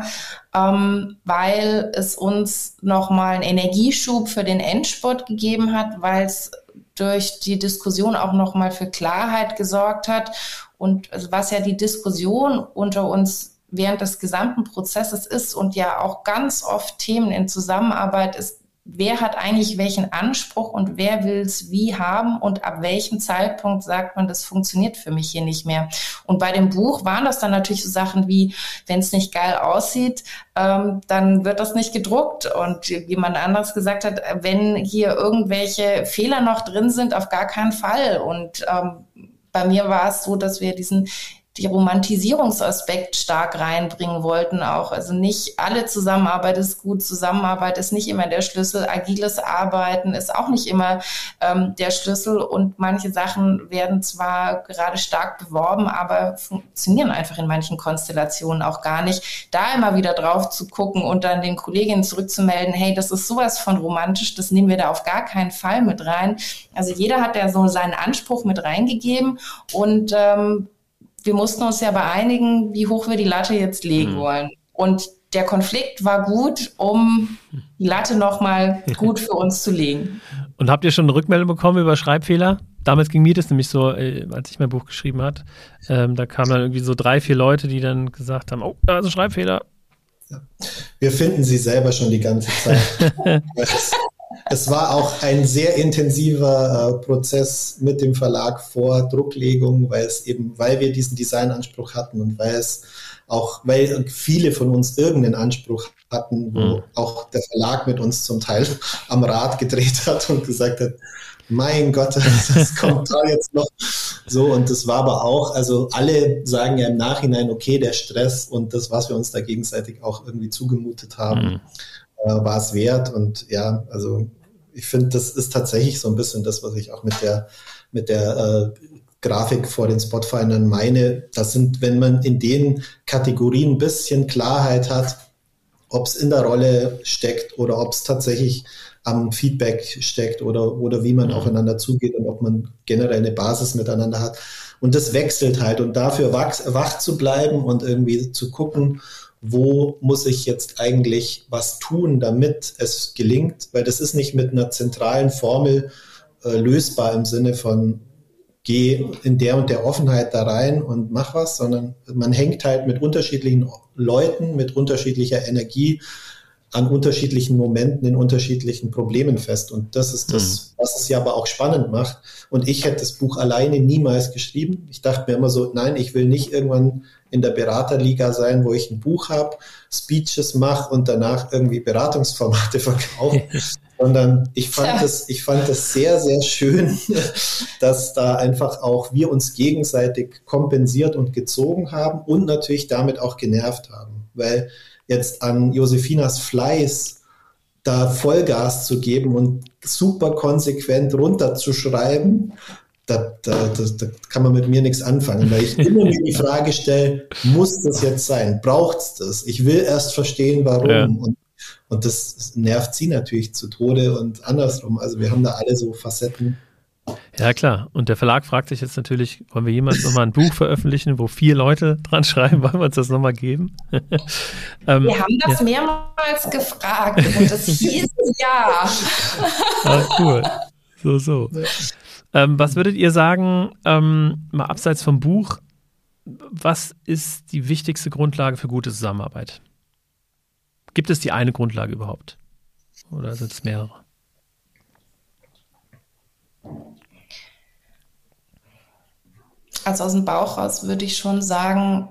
S2: weil es uns nochmal einen Energieschub für den Endspurt gegeben hat, weil es durch die Diskussion auch nochmal für Klarheit gesorgt hat. Und was ja die Diskussion unter uns während des gesamten Prozesses ist und ja auch ganz oft Themen in Zusammenarbeit ist, wer hat eigentlich welchen Anspruch und wer will es wie haben und ab welchem Zeitpunkt sagt man, das funktioniert für mich hier nicht mehr. Und bei dem Buch waren das dann natürlich so Sachen wie, wenn es nicht geil aussieht, dann wird das nicht gedruckt. Und jemand anderes gesagt hat, wenn hier irgendwelche Fehler noch drin sind, auf gar keinen Fall. Und bei mir war es so, dass wir die Romantisierungsaspekt stark reinbringen wollten auch. Also nicht alle Zusammenarbeit ist gut, Zusammenarbeit ist nicht immer der Schlüssel, agiles Arbeiten ist auch nicht immer der Schlüssel und manche Sachen werden zwar gerade stark beworben, aber funktionieren einfach in manchen Konstellationen auch gar nicht. Da immer wieder drauf zu gucken und dann den Kolleginnen zurückzumelden, hey, das ist sowas von romantisch, das nehmen wir da auf gar keinen Fall mit rein. Also jeder hat ja so seinen Anspruch mit reingegeben und wir mussten uns ja beeinigen, wie hoch wir die Latte jetzt legen wollen. Und der Konflikt war gut, um die Latte nochmal gut für uns zu legen.
S1: Und habt ihr schon eine Rückmeldung bekommen über Schreibfehler? Damals ging mir das nämlich so, als ich mein Buch geschrieben habe, da kamen dann irgendwie so 3, 4 Leute, die dann gesagt haben, oh, da ist ein Schreibfehler.
S3: Ja. Wir finden sie selber schon die ganze Zeit. Es war auch ein sehr intensiver Prozess mit dem Verlag vor Drucklegung, weil wir diesen Designanspruch hatten und weil viele von uns irgendeinen Anspruch hatten, wo auch der Verlag mit uns zum Teil am Rad gedreht hat und gesagt hat, mein Gott, das kommt da jetzt noch. So, und das war aber auch, also alle sagen ja im Nachhinein, okay, der Stress und das, was wir uns da gegenseitig auch irgendwie zugemutet haben, war es wert. Und ja, also ich finde, das ist tatsächlich so ein bisschen das, was ich auch mit der Grafik vor den Spotfindern meine. Das sind, wenn man in den Kategorien ein bisschen Klarheit hat, ob es in der Rolle steckt oder ob es tatsächlich am Feedback steckt oder wie man aufeinander zugeht und ob man generell eine Basis miteinander hat. Und das wechselt halt. Und dafür wach zu bleiben und irgendwie zu gucken, wo muss ich jetzt eigentlich was tun, damit es gelingt, weil das ist nicht mit einer zentralen Formel lösbar im Sinne von geh in der und der Offenheit da rein und mach was, sondern man hängt halt mit unterschiedlichen Leuten, mit unterschiedlicher Energie an unterschiedlichen Momenten in unterschiedlichen Problemen fest. Und das ist das, was es ja aber auch spannend macht. Und ich hätte das Buch alleine niemals geschrieben. Ich dachte mir immer so, nein, ich will nicht irgendwann in der Beraterliga sein, wo ich ein Buch habe, Speeches mache und danach irgendwie Beratungsformate verkaufe. Sondern ich fand das sehr, sehr schön, dass da einfach auch wir uns gegenseitig kompensiert und gezogen haben und natürlich damit auch genervt haben. Weil jetzt an Josefinas Fleiß da Vollgas zu geben und super konsequent runterzuschreiben, da kann man mit mir nichts anfangen, weil ich immer mir die Frage stelle, muss das jetzt sein? Braucht es das? Ich will erst verstehen, warum. Ja. Und das nervt sie natürlich zu Tode und andersrum. Also wir haben da alle so Facetten.
S1: Ja, klar. Und der Verlag fragt sich jetzt natürlich, wollen wir jemals nochmal ein Buch veröffentlichen, wo 4 Leute dran schreiben? Wollen wir uns das nochmal geben?
S2: Wir haben das mehrmals gefragt und es hieß ja.
S1: Cool. So. Was würdet ihr sagen, mal abseits vom Buch, was ist die wichtigste Grundlage für gute Zusammenarbeit? Gibt es die eine Grundlage überhaupt? Oder sind es mehrere?
S2: Also aus dem Bauch raus würde ich schon sagen,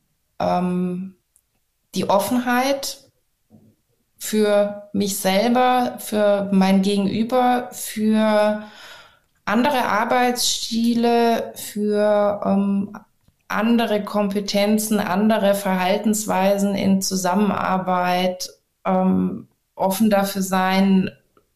S2: die Offenheit für mich selber, für mein Gegenüber, für andere Arbeitsstile, für andere Kompetenzen, andere Verhaltensweisen in Zusammenarbeit, offen dafür sein,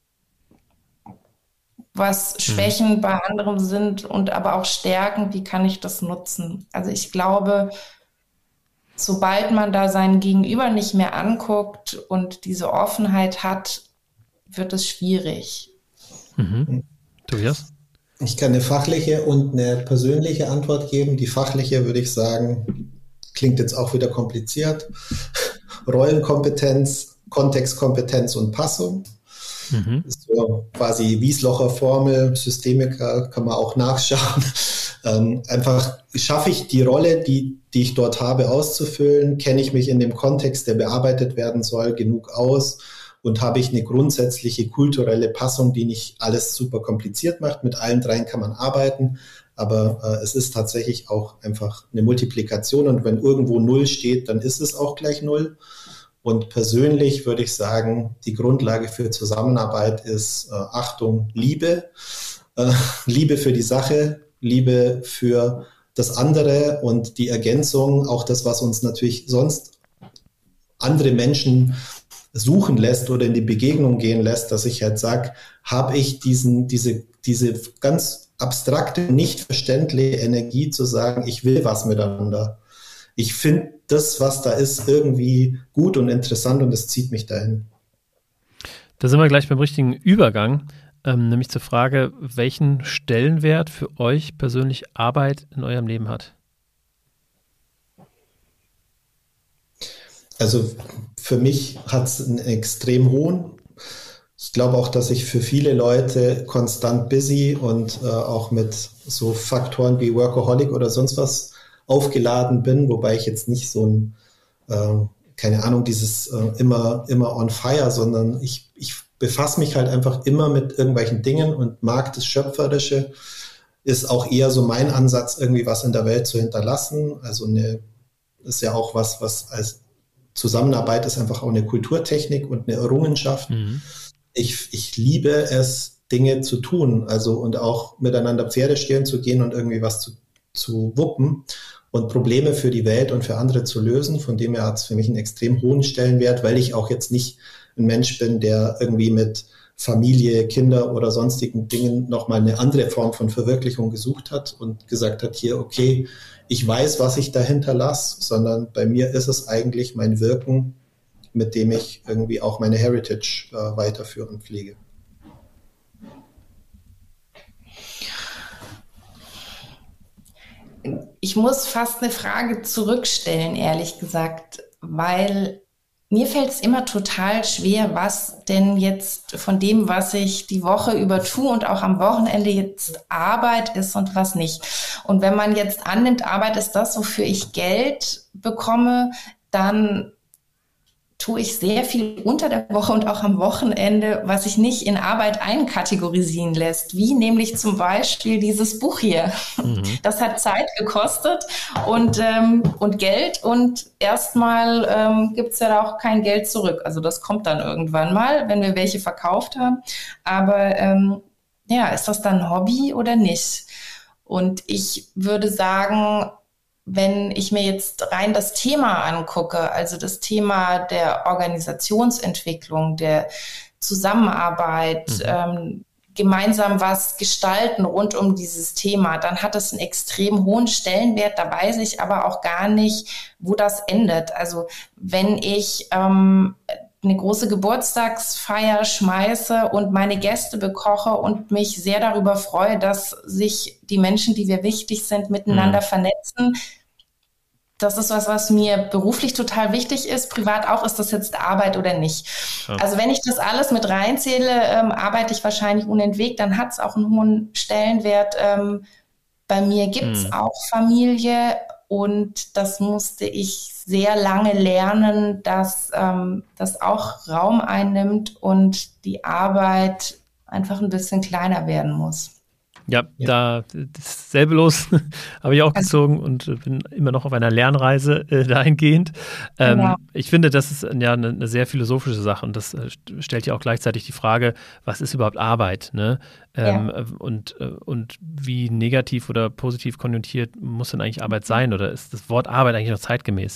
S2: was Schwächen bei anderen sind und aber auch Stärken, wie kann ich das nutzen? Also ich glaube, sobald man da sein Gegenüber nicht mehr anguckt und diese Offenheit hat, wird es schwierig.
S1: Tobias?
S3: Ich kann eine fachliche und eine persönliche Antwort geben. Die fachliche würde ich sagen, klingt jetzt auch wieder kompliziert. Rollenkompetenz, Kontextkompetenz und Passung. Ist so quasi Wieslocher Formel, Systemiker, kann man auch nachschauen. Einfach schaffe ich die Rolle, die ich dort habe, auszufüllen, kenne ich mich in dem Kontext, der bearbeitet werden soll, genug aus und habe ich eine grundsätzliche kulturelle Passung, die nicht alles super kompliziert macht. Mit allen 3 kann man arbeiten, aber es ist tatsächlich auch einfach eine Multiplikation und wenn irgendwo 0 steht, dann ist es auch gleich 0. Und persönlich würde ich sagen, die Grundlage für Zusammenarbeit ist Achtung, Liebe. Liebe für die Sache, Liebe für das andere und die Ergänzung, auch das, was uns natürlich sonst andere Menschen suchen lässt oder in die Begegnung gehen lässt, dass ich halt sage, habe ich diese ganz abstrakte, nicht verständliche Energie zu sagen, ich will was miteinander. Ich finde das, was da ist, irgendwie gut und interessant und es zieht mich dahin.
S1: Da sind wir gleich beim richtigen Übergang, nämlich zur Frage, welchen Stellenwert für euch persönlich Arbeit in eurem Leben hat.
S3: Also für mich hat es einen extrem hohen. Ich glaube auch, dass ich für viele Leute konstant busy und auch mit so Faktoren wie Workaholic oder sonst was aufgeladen bin, wobei ich jetzt nicht so ein, keine Ahnung, dieses immer on fire, sondern ich befasse mich halt einfach immer mit irgendwelchen Dingen und mag das Schöpferische, ist auch eher so mein Ansatz, irgendwie was in der Welt zu hinterlassen. Also ist ja auch was als Zusammenarbeit ist einfach auch eine Kulturtechnik und eine Errungenschaft. Mhm. Ich liebe es, Dinge zu tun, also und auch miteinander Pferde stehlen zu gehen und irgendwie was zu wuppen und Probleme für die Welt und für andere zu lösen. Von dem her hat es für mich einen extrem hohen Stellenwert, weil ich auch jetzt nicht ein Mensch bin, der irgendwie mit Familie, Kinder oder sonstigen Dingen nochmal eine andere Form von Verwirklichung gesucht hat und gesagt hat, hier, okay, ich weiß, was ich dahinter lasse, sondern bei mir ist es eigentlich mein Wirken, mit dem ich irgendwie auch meine Heritage weiterführen pflege.
S2: Ich muss fast eine Frage zurückstellen, ehrlich gesagt, weil mir fällt es immer total schwer, was denn jetzt von dem, was ich die Woche über tue und auch am Wochenende jetzt Arbeit ist und was nicht. Und wenn man jetzt annimmt, Arbeit ist das, wofür ich Geld bekomme, dann tue ich sehr viel unter der Woche und auch am Wochenende, was sich nicht in Arbeit einkategorisieren lässt, wie nämlich zum Beispiel dieses Buch hier. Mhm. Das hat Zeit gekostet und Geld und erstmal gibt es ja auch kein Geld zurück. Also das kommt dann irgendwann mal, wenn wir welche verkauft haben. Aber ist das dann ein Hobby oder nicht? Und ich würde sagen, wenn ich mir jetzt rein das Thema angucke, also das Thema der Organisationsentwicklung, der Zusammenarbeit, gemeinsam was gestalten rund um dieses Thema, dann hat es einen extrem hohen Stellenwert. Da weiß ich aber auch gar nicht, wo das endet. Also wenn ich eine große Geburtstagsfeier schmeiße und meine Gäste bekoche und mich sehr darüber freue, dass sich die Menschen, die mir wichtig sind, miteinander vernetzen. Das ist was mir beruflich total wichtig ist. Privat auch, ist das jetzt Arbeit oder nicht. Ja. Also wenn ich das alles mit reinzähle, arbeite ich wahrscheinlich unentwegt, dann hat es auch einen hohen Stellenwert. Bei mir gibt es auch Familie und das musste ich sehr lange lernen, dass das auch Raum einnimmt und die Arbeit einfach ein bisschen kleiner werden muss.
S1: Ja, da dasselbe los habe ich auch gezogen und bin immer noch auf einer Lernreise dahingehend. Genau. Ich finde, das ist ja eine sehr philosophische Sache und das stellt ja auch gleichzeitig die Frage, was ist überhaupt Arbeit? Ne? Und wie negativ oder positiv konnotiert muss denn eigentlich Arbeit sein oder ist das Wort Arbeit eigentlich noch zeitgemäß?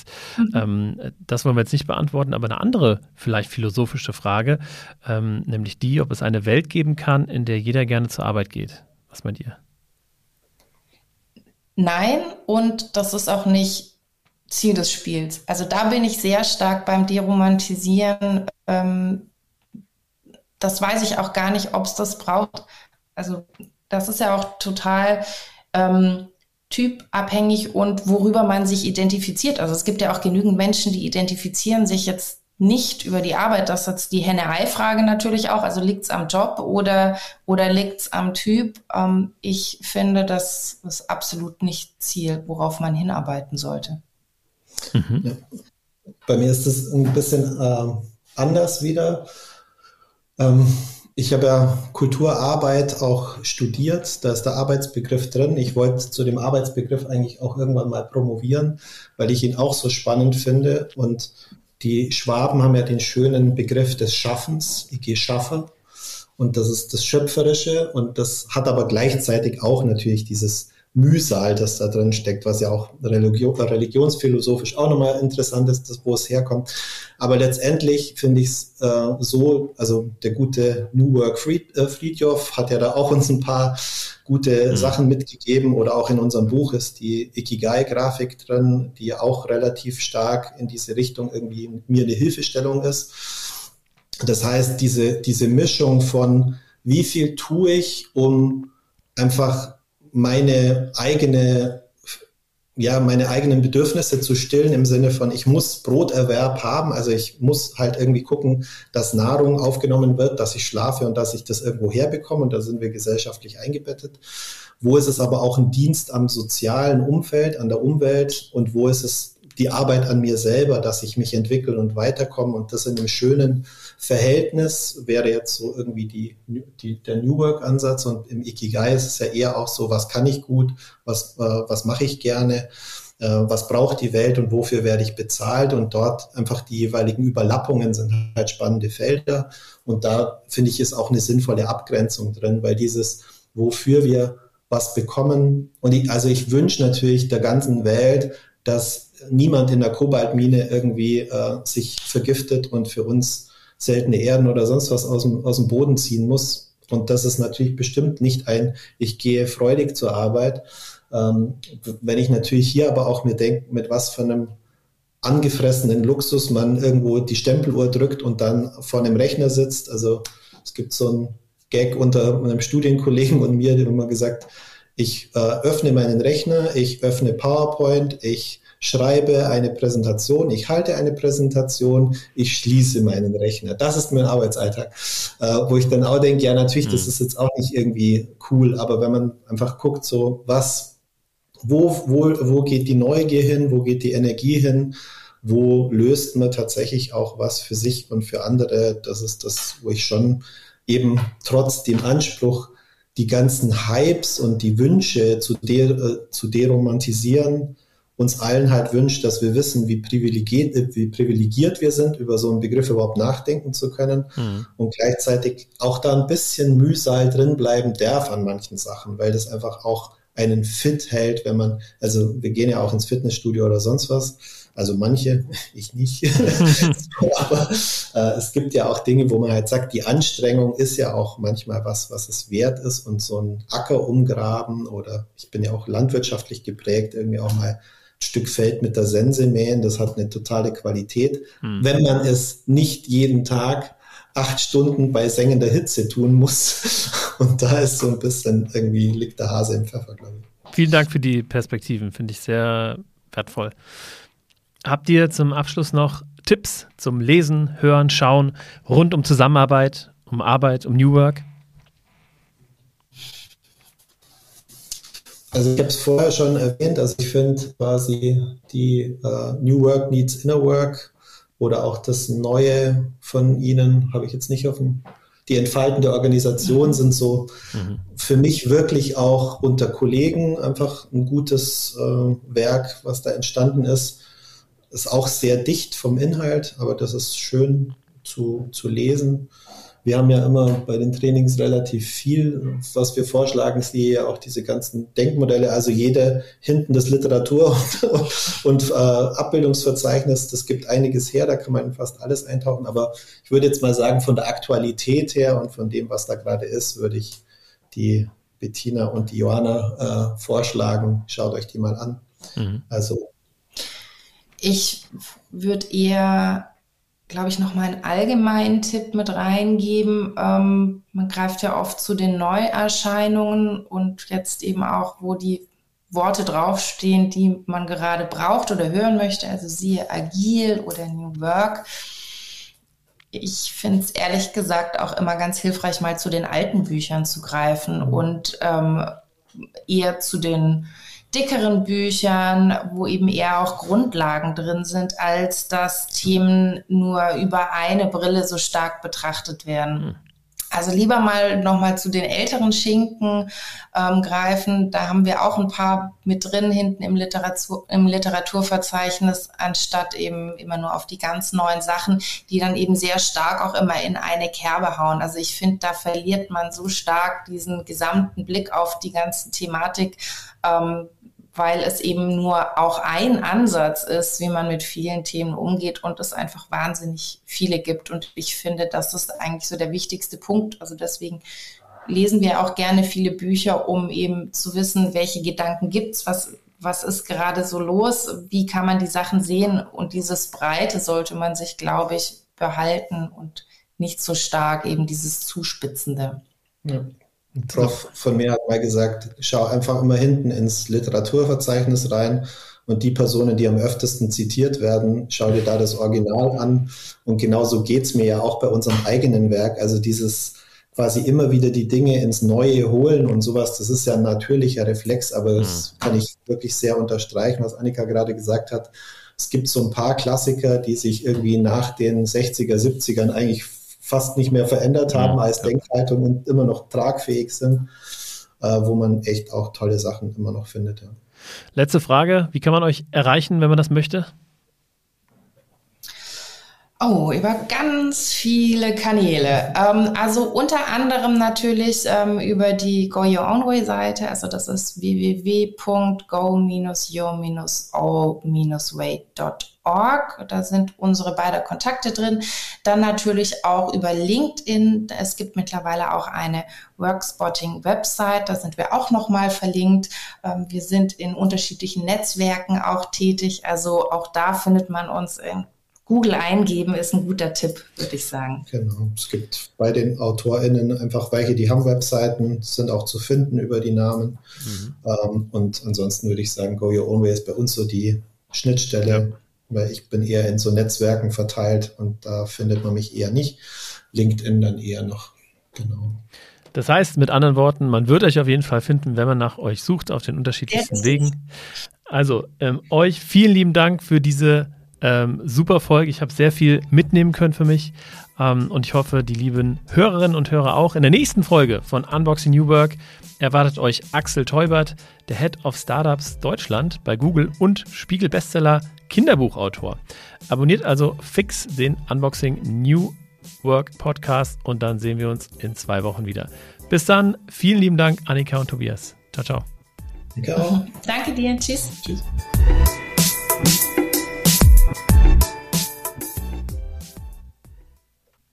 S1: Das wollen wir jetzt nicht beantworten, aber eine andere vielleicht philosophische Frage, nämlich die, ob es eine Welt geben kann, in der jeder gerne zur Arbeit geht. Was meint ihr?
S2: Nein, und das ist auch nicht Ziel des Spiels. Also da bin ich sehr stark beim Deromantisieren. Das weiß ich auch gar nicht, ob es das braucht. Also das ist ja auch total typabhängig und worüber man sich identifiziert. Also es gibt ja auch genügend Menschen, die identifizieren sich jetzt nicht über die Arbeit, das ist jetzt die Henne-Ei-Frage natürlich auch, also liegt es am Job oder liegt es am Typ? Ich finde, das ist absolut nicht Ziel, worauf man hinarbeiten sollte.
S3: Mhm. Ja. Bei mir ist das ein bisschen anders wieder. Ich habe ja Kulturarbeit auch studiert, da ist der Arbeitsbegriff drin. Ich wollte zu dem Arbeitsbegriff eigentlich auch irgendwann mal promovieren, weil ich ihn auch so spannend finde und die Schwaben haben ja den schönen Begriff des Schaffens, ich gehe schaffe, und das ist das Schöpferische und das hat aber gleichzeitig auch natürlich dieses Mühsal, das da drin steckt, was ja auch religionsphilosophisch auch nochmal interessant ist, wo es herkommt. Aber letztendlich finde ich es so, also der gute New Work Fritjof hat ja da auch uns ein paar gute Sachen mitgegeben, oder auch in unserem Buch ist die Ikigai-Grafik drin, die auch relativ stark in diese Richtung irgendwie mir eine Hilfestellung ist. Das heißt, diese Mischung von wie viel tue ich, um einfach meine eigenen Bedürfnisse zu stillen, im Sinne von, ich muss Broterwerb haben, also ich muss halt irgendwie gucken, dass Nahrung aufgenommen wird, dass ich schlafe und dass ich das irgendwo herbekomme, und da sind wir gesellschaftlich eingebettet. Wo ist es aber auch ein Dienst am sozialen Umfeld, an der Umwelt, und wo ist es die Arbeit an mir selber, dass ich mich entwickle und weiterkomme, und das in einem schönen Verhältnis wäre jetzt so irgendwie der New Work-Ansatz, und im Ikigai ist es ja eher auch so, was kann ich gut, was mache ich gerne, was braucht die Welt und wofür werde ich bezahlt, und dort einfach die jeweiligen Überlappungen sind halt spannende Felder, und da finde ich ist auch eine sinnvolle Abgrenzung drin, weil dieses, wofür wir was bekommen, und ich wünsche natürlich der ganzen Welt, dass niemand in der Kobaltmine irgendwie sich vergiftet und für uns seltene Erden oder sonst was aus dem Boden ziehen muss. Und das ist natürlich bestimmt nicht ich gehe freudig zur Arbeit. Wenn ich natürlich hier aber auch mir denke, mit was für einem angefressenen Luxus man irgendwo die Stempeluhr drückt und dann vor einem Rechner sitzt. Also es gibt so einen Gag unter einem Studienkollegen und mir, der immer gesagt, ich öffne meinen Rechner, ich öffne PowerPoint, ich schreibe eine Präsentation, ich halte eine Präsentation, ich schließe meinen Rechner. Das ist mein Arbeitsalltag, wo ich dann auch denke, ja natürlich, das ist jetzt auch nicht irgendwie cool, aber wenn man einfach guckt, so wo geht die Neugier hin, wo geht die Energie hin, wo löst man tatsächlich auch was für sich und für andere, das ist das, wo ich schon eben trotz dem Anspruch, die ganzen Hypes und die Wünsche zu deromantisieren, uns allen halt wünscht, dass wir wissen, wie privilegiert wir sind, über so einen Begriff überhaupt nachdenken zu können, und gleichzeitig auch da ein bisschen Mühsal drin bleiben darf an manchen Sachen, weil das einfach auch einen fit hält, also wir gehen ja auch ins Fitnessstudio oder sonst was, also manche, ich nicht, aber es gibt ja auch Dinge, wo man halt sagt, die Anstrengung ist ja auch manchmal was es wert ist, und so ein Acker umgraben, oder ich bin ja auch landwirtschaftlich geprägt, irgendwie auch mal ein Stück Feld mit der Sense mähen, das hat eine totale Qualität. Wenn man es nicht jeden Tag 8 Stunden bei sengender Hitze tun muss, und da ist so ein bisschen, irgendwie liegt der Hase im Pfeffer, glaube ich.
S1: Vielen Dank für die Perspektiven, finde ich sehr wertvoll. Habt ihr zum Abschluss noch Tipps zum Lesen, Hören, Schauen rund um Zusammenarbeit, um Arbeit, um New Work?
S3: Also ich habe es vorher schon erwähnt, also ich finde quasi die New Work Needs Inner Work oder auch das Neue von Ihnen, habe ich jetzt nicht die Entfalten der Organisation sind so für mich wirklich auch unter Kollegen einfach ein gutes Werk, was da entstanden ist. Ist auch sehr dicht vom Inhalt, aber das ist schön zu lesen. Wir haben ja immer bei den Trainings relativ viel, was wir vorschlagen, sehe ja auch diese ganzen Denkmodelle, also hinten das Literatur und Abbildungsverzeichnis, das gibt einiges her, da kann man in fast alles eintauchen, aber ich würde jetzt mal sagen, von der Aktualität her und von dem, was da gerade ist, würde ich die Bettina und die Johanna vorschlagen, schaut euch die mal an. Also
S2: ich würde eher, glaube ich, noch mal einen allgemeinen Tipp mit reingeben. Man greift ja oft zu den Neuerscheinungen und jetzt eben auch, wo die Worte draufstehen, die man gerade braucht oder hören möchte, also siehe agil oder New Work. Ich finde es ehrlich gesagt auch immer ganz hilfreich, mal zu den alten Büchern zu greifen und eher zu den dickeren Büchern, wo eben eher auch Grundlagen drin sind, als dass Themen nur über eine Brille so stark betrachtet werden. Also lieber mal nochmal zu den älteren Schinken greifen. Da haben wir auch ein paar mit drin hinten im Literaturverzeichnis, anstatt eben immer nur auf die ganz neuen Sachen, die dann eben sehr stark auch immer in eine Kerbe hauen. Also ich finde, da verliert man so stark diesen gesamten Blick auf die ganze Thematik, weil es eben nur auch ein Ansatz ist, wie man mit vielen Themen umgeht und es einfach wahnsinnig viele gibt. Und ich finde, das ist eigentlich so der wichtigste Punkt. Also deswegen lesen wir auch gerne viele Bücher, um eben zu wissen, welche Gedanken gibt's, was ist gerade so los, wie kann man die Sachen sehen. Und dieses Breite sollte man sich, glaube ich, behalten und nicht so stark eben dieses Zuspitzende.
S3: Ja. Ein Prof von mir hat mal gesagt, schau einfach immer hinten ins Literaturverzeichnis rein und die Personen, die am öftesten zitiert werden, schau dir da das Original an. Und genauso geht's mir ja auch bei unserem eigenen Werk. Also dieses quasi immer wieder die Dinge ins Neue holen und sowas, das ist ja ein natürlicher Reflex, aber das kann ich wirklich sehr unterstreichen, was Annika gerade gesagt hat. Es gibt so ein paar Klassiker, die sich irgendwie nach den 60er, 70ern eigentlich fast nicht mehr verändert haben als Denkhaltung und immer noch tragfähig sind, wo man echt auch tolle Sachen immer noch findet. Ja.
S1: Letzte Frage, wie kann man euch erreichen, wenn man das möchte?
S2: Oh, über ganz viele Kanäle. Also unter anderem natürlich über die Go Your Own Way Seite. Also das ist www.go-your-way.org. Da sind unsere beiden Kontakte drin. Dann natürlich auch über LinkedIn. Es gibt mittlerweile auch eine Workspotting-Website. Da sind wir auch nochmal verlinkt. Wir sind in unterschiedlichen Netzwerken auch tätig. Also auch da findet man uns in Google eingeben ist ein guter Tipp, würde ich sagen.
S3: Genau. Es gibt bei den AutorInnen einfach welche, die haben Webseiten, sind auch zu finden über die Namen. Und ansonsten würde ich sagen, Go Your Own Way ist bei uns so die Schnittstelle, weil ich bin eher in so Netzwerken verteilt und da findet man mich eher nicht. LinkedIn dann eher noch. Genau.
S1: Das heißt, mit anderen Worten, man wird euch auf jeden Fall finden, wenn man nach euch sucht, auf den unterschiedlichsten Wegen. Also euch vielen lieben Dank für diese super Folge. Ich habe sehr viel mitnehmen können für mich und ich hoffe, die lieben Hörerinnen und Hörer auch. In der nächsten Folge von Unboxing New Work erwartet euch Axel Teubert, der Head of Startups Deutschland bei Google und Spiegel-Bestseller Kinderbuchautor. Abonniert also fix den Unboxing New Work Podcast und dann sehen wir uns in 2 Wochen wieder. Bis dann, vielen lieben Dank, Annika und Tobias. Ciao, ciao.
S3: Danke auch.
S2: Danke dir, tschüss.
S3: Tschüss.